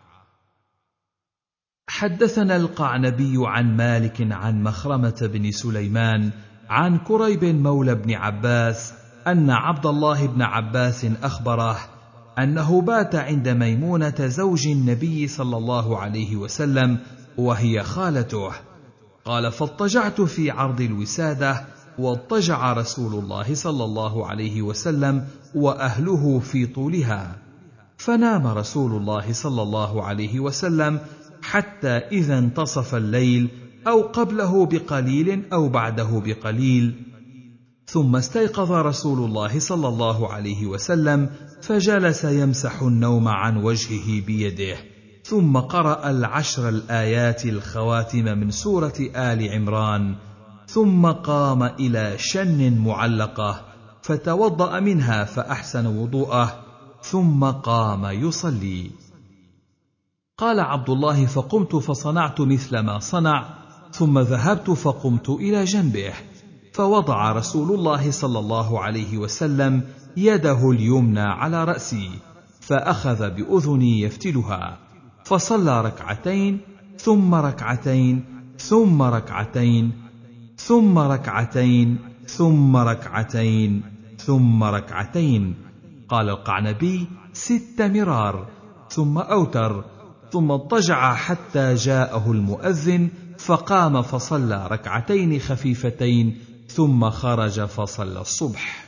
A: حدثنا القعنبي عن مالك عن مخرمة بن سليمان عن كريب مولى بن عباس أن عبد الله بن عباس أخبره أنه بات عند ميمونة زوج النبي صلى الله عليه وسلم وهي خالته. قال: فاضطجعت في عرض الوسادة، واضطجع رسول الله صلى الله عليه وسلم وأهله في طولها، فنام رسول الله صلى الله عليه وسلم حتى إذا انتصف الليل أو قبله بقليل أو بعده بقليل، ثم استيقظ رسول الله صلى الله عليه وسلم فجلس يمسح النوم عن وجهه بيده، ثم قرأ العشر الآيات الخواتم من سورة آل عمران، ثم قام إلى شن معلقة فتوضأ منها فأحسن وضوءه، ثم قام يصلي. قال عبد الله: فقمت فصنعت مثل ما صنع، ثم ذهبت فقمت إلى جنبه، فوضع رسول الله صلى الله عليه وسلم يده اليمنى على رأسي، فأخذ بأذني يفتلها، فصلى ركعتين ثم ركعتين ثم ركعتين ثم ركعتين ثم ركعتين ثم ركعتين. قال القعنبي: ست مرار، ثم أوتر، ثم اضطجع حتى جاءه المؤذن فقام فصلى ركعتين خفيفتين ثم خرج فصلى الصبح.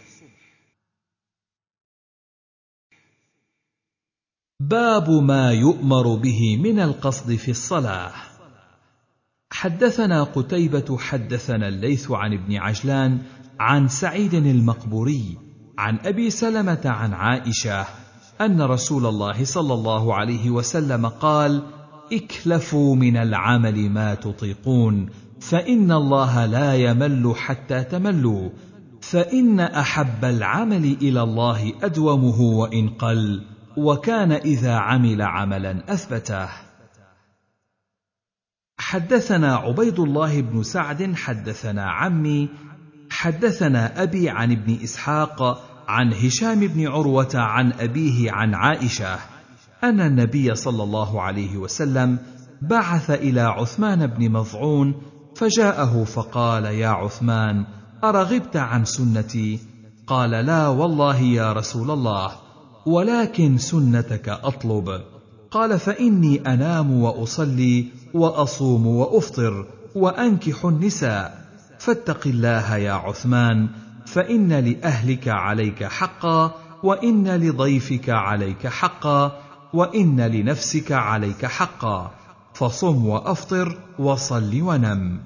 A: باب ما يؤمر به من القصد في الصلاة. حدثنا قتيبة حدثنا الليث عن ابن عجلان عن سعيد المقبوري عن أبي سلمة عن عائشة أن رسول الله صلى الله عليه وسلم قال: اكلفوا من العمل ما تطيقون، فإن الله لا يمل حتى تملوا، فإن أحب العمل إلى الله أدومه وإن قل، وكان إذا عمل عملا أثبته. حدثنا عبيد الله بن سعد حدثنا عمي حدثنا أبي عن ابن إسحاق عن هشام بن عروة عن أبيه عن عائشة أن النبي صلى الله عليه وسلم بعث إلى عثمان بن مظعون فجاءه فقال: يا عثمان، أرغبت عن سنتي؟ قال: لا والله يا رسول الله، ولكن سنتك أطلب. قال: فإني أنام وأصلي وأصوم وأفطر وأنكح النساء، فاتق الله يا عثمان، فإن لأهلك عليك حقا، وإن لضيفك عليك حقا، وإن لنفسك عليك حقا، فصم وأفطر وصل ونم.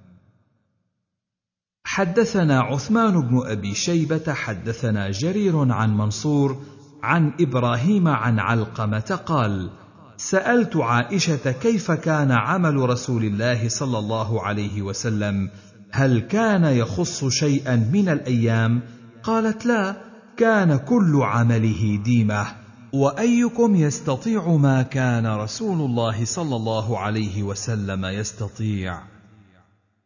A: حدثنا عثمان بن أبي شيبة حدثنا جرير عن منصور عن إبراهيم عن علقمة قال: سألت عائشة كيف كان عمل رسول الله صلى الله عليه وسلم، هل كان يخص شيئا من الأيام؟ قالت: لا، كان كل عمله ديمة. وأيكم يستطيع ما كان رسول الله صلى الله عليه وسلم يستطيع؟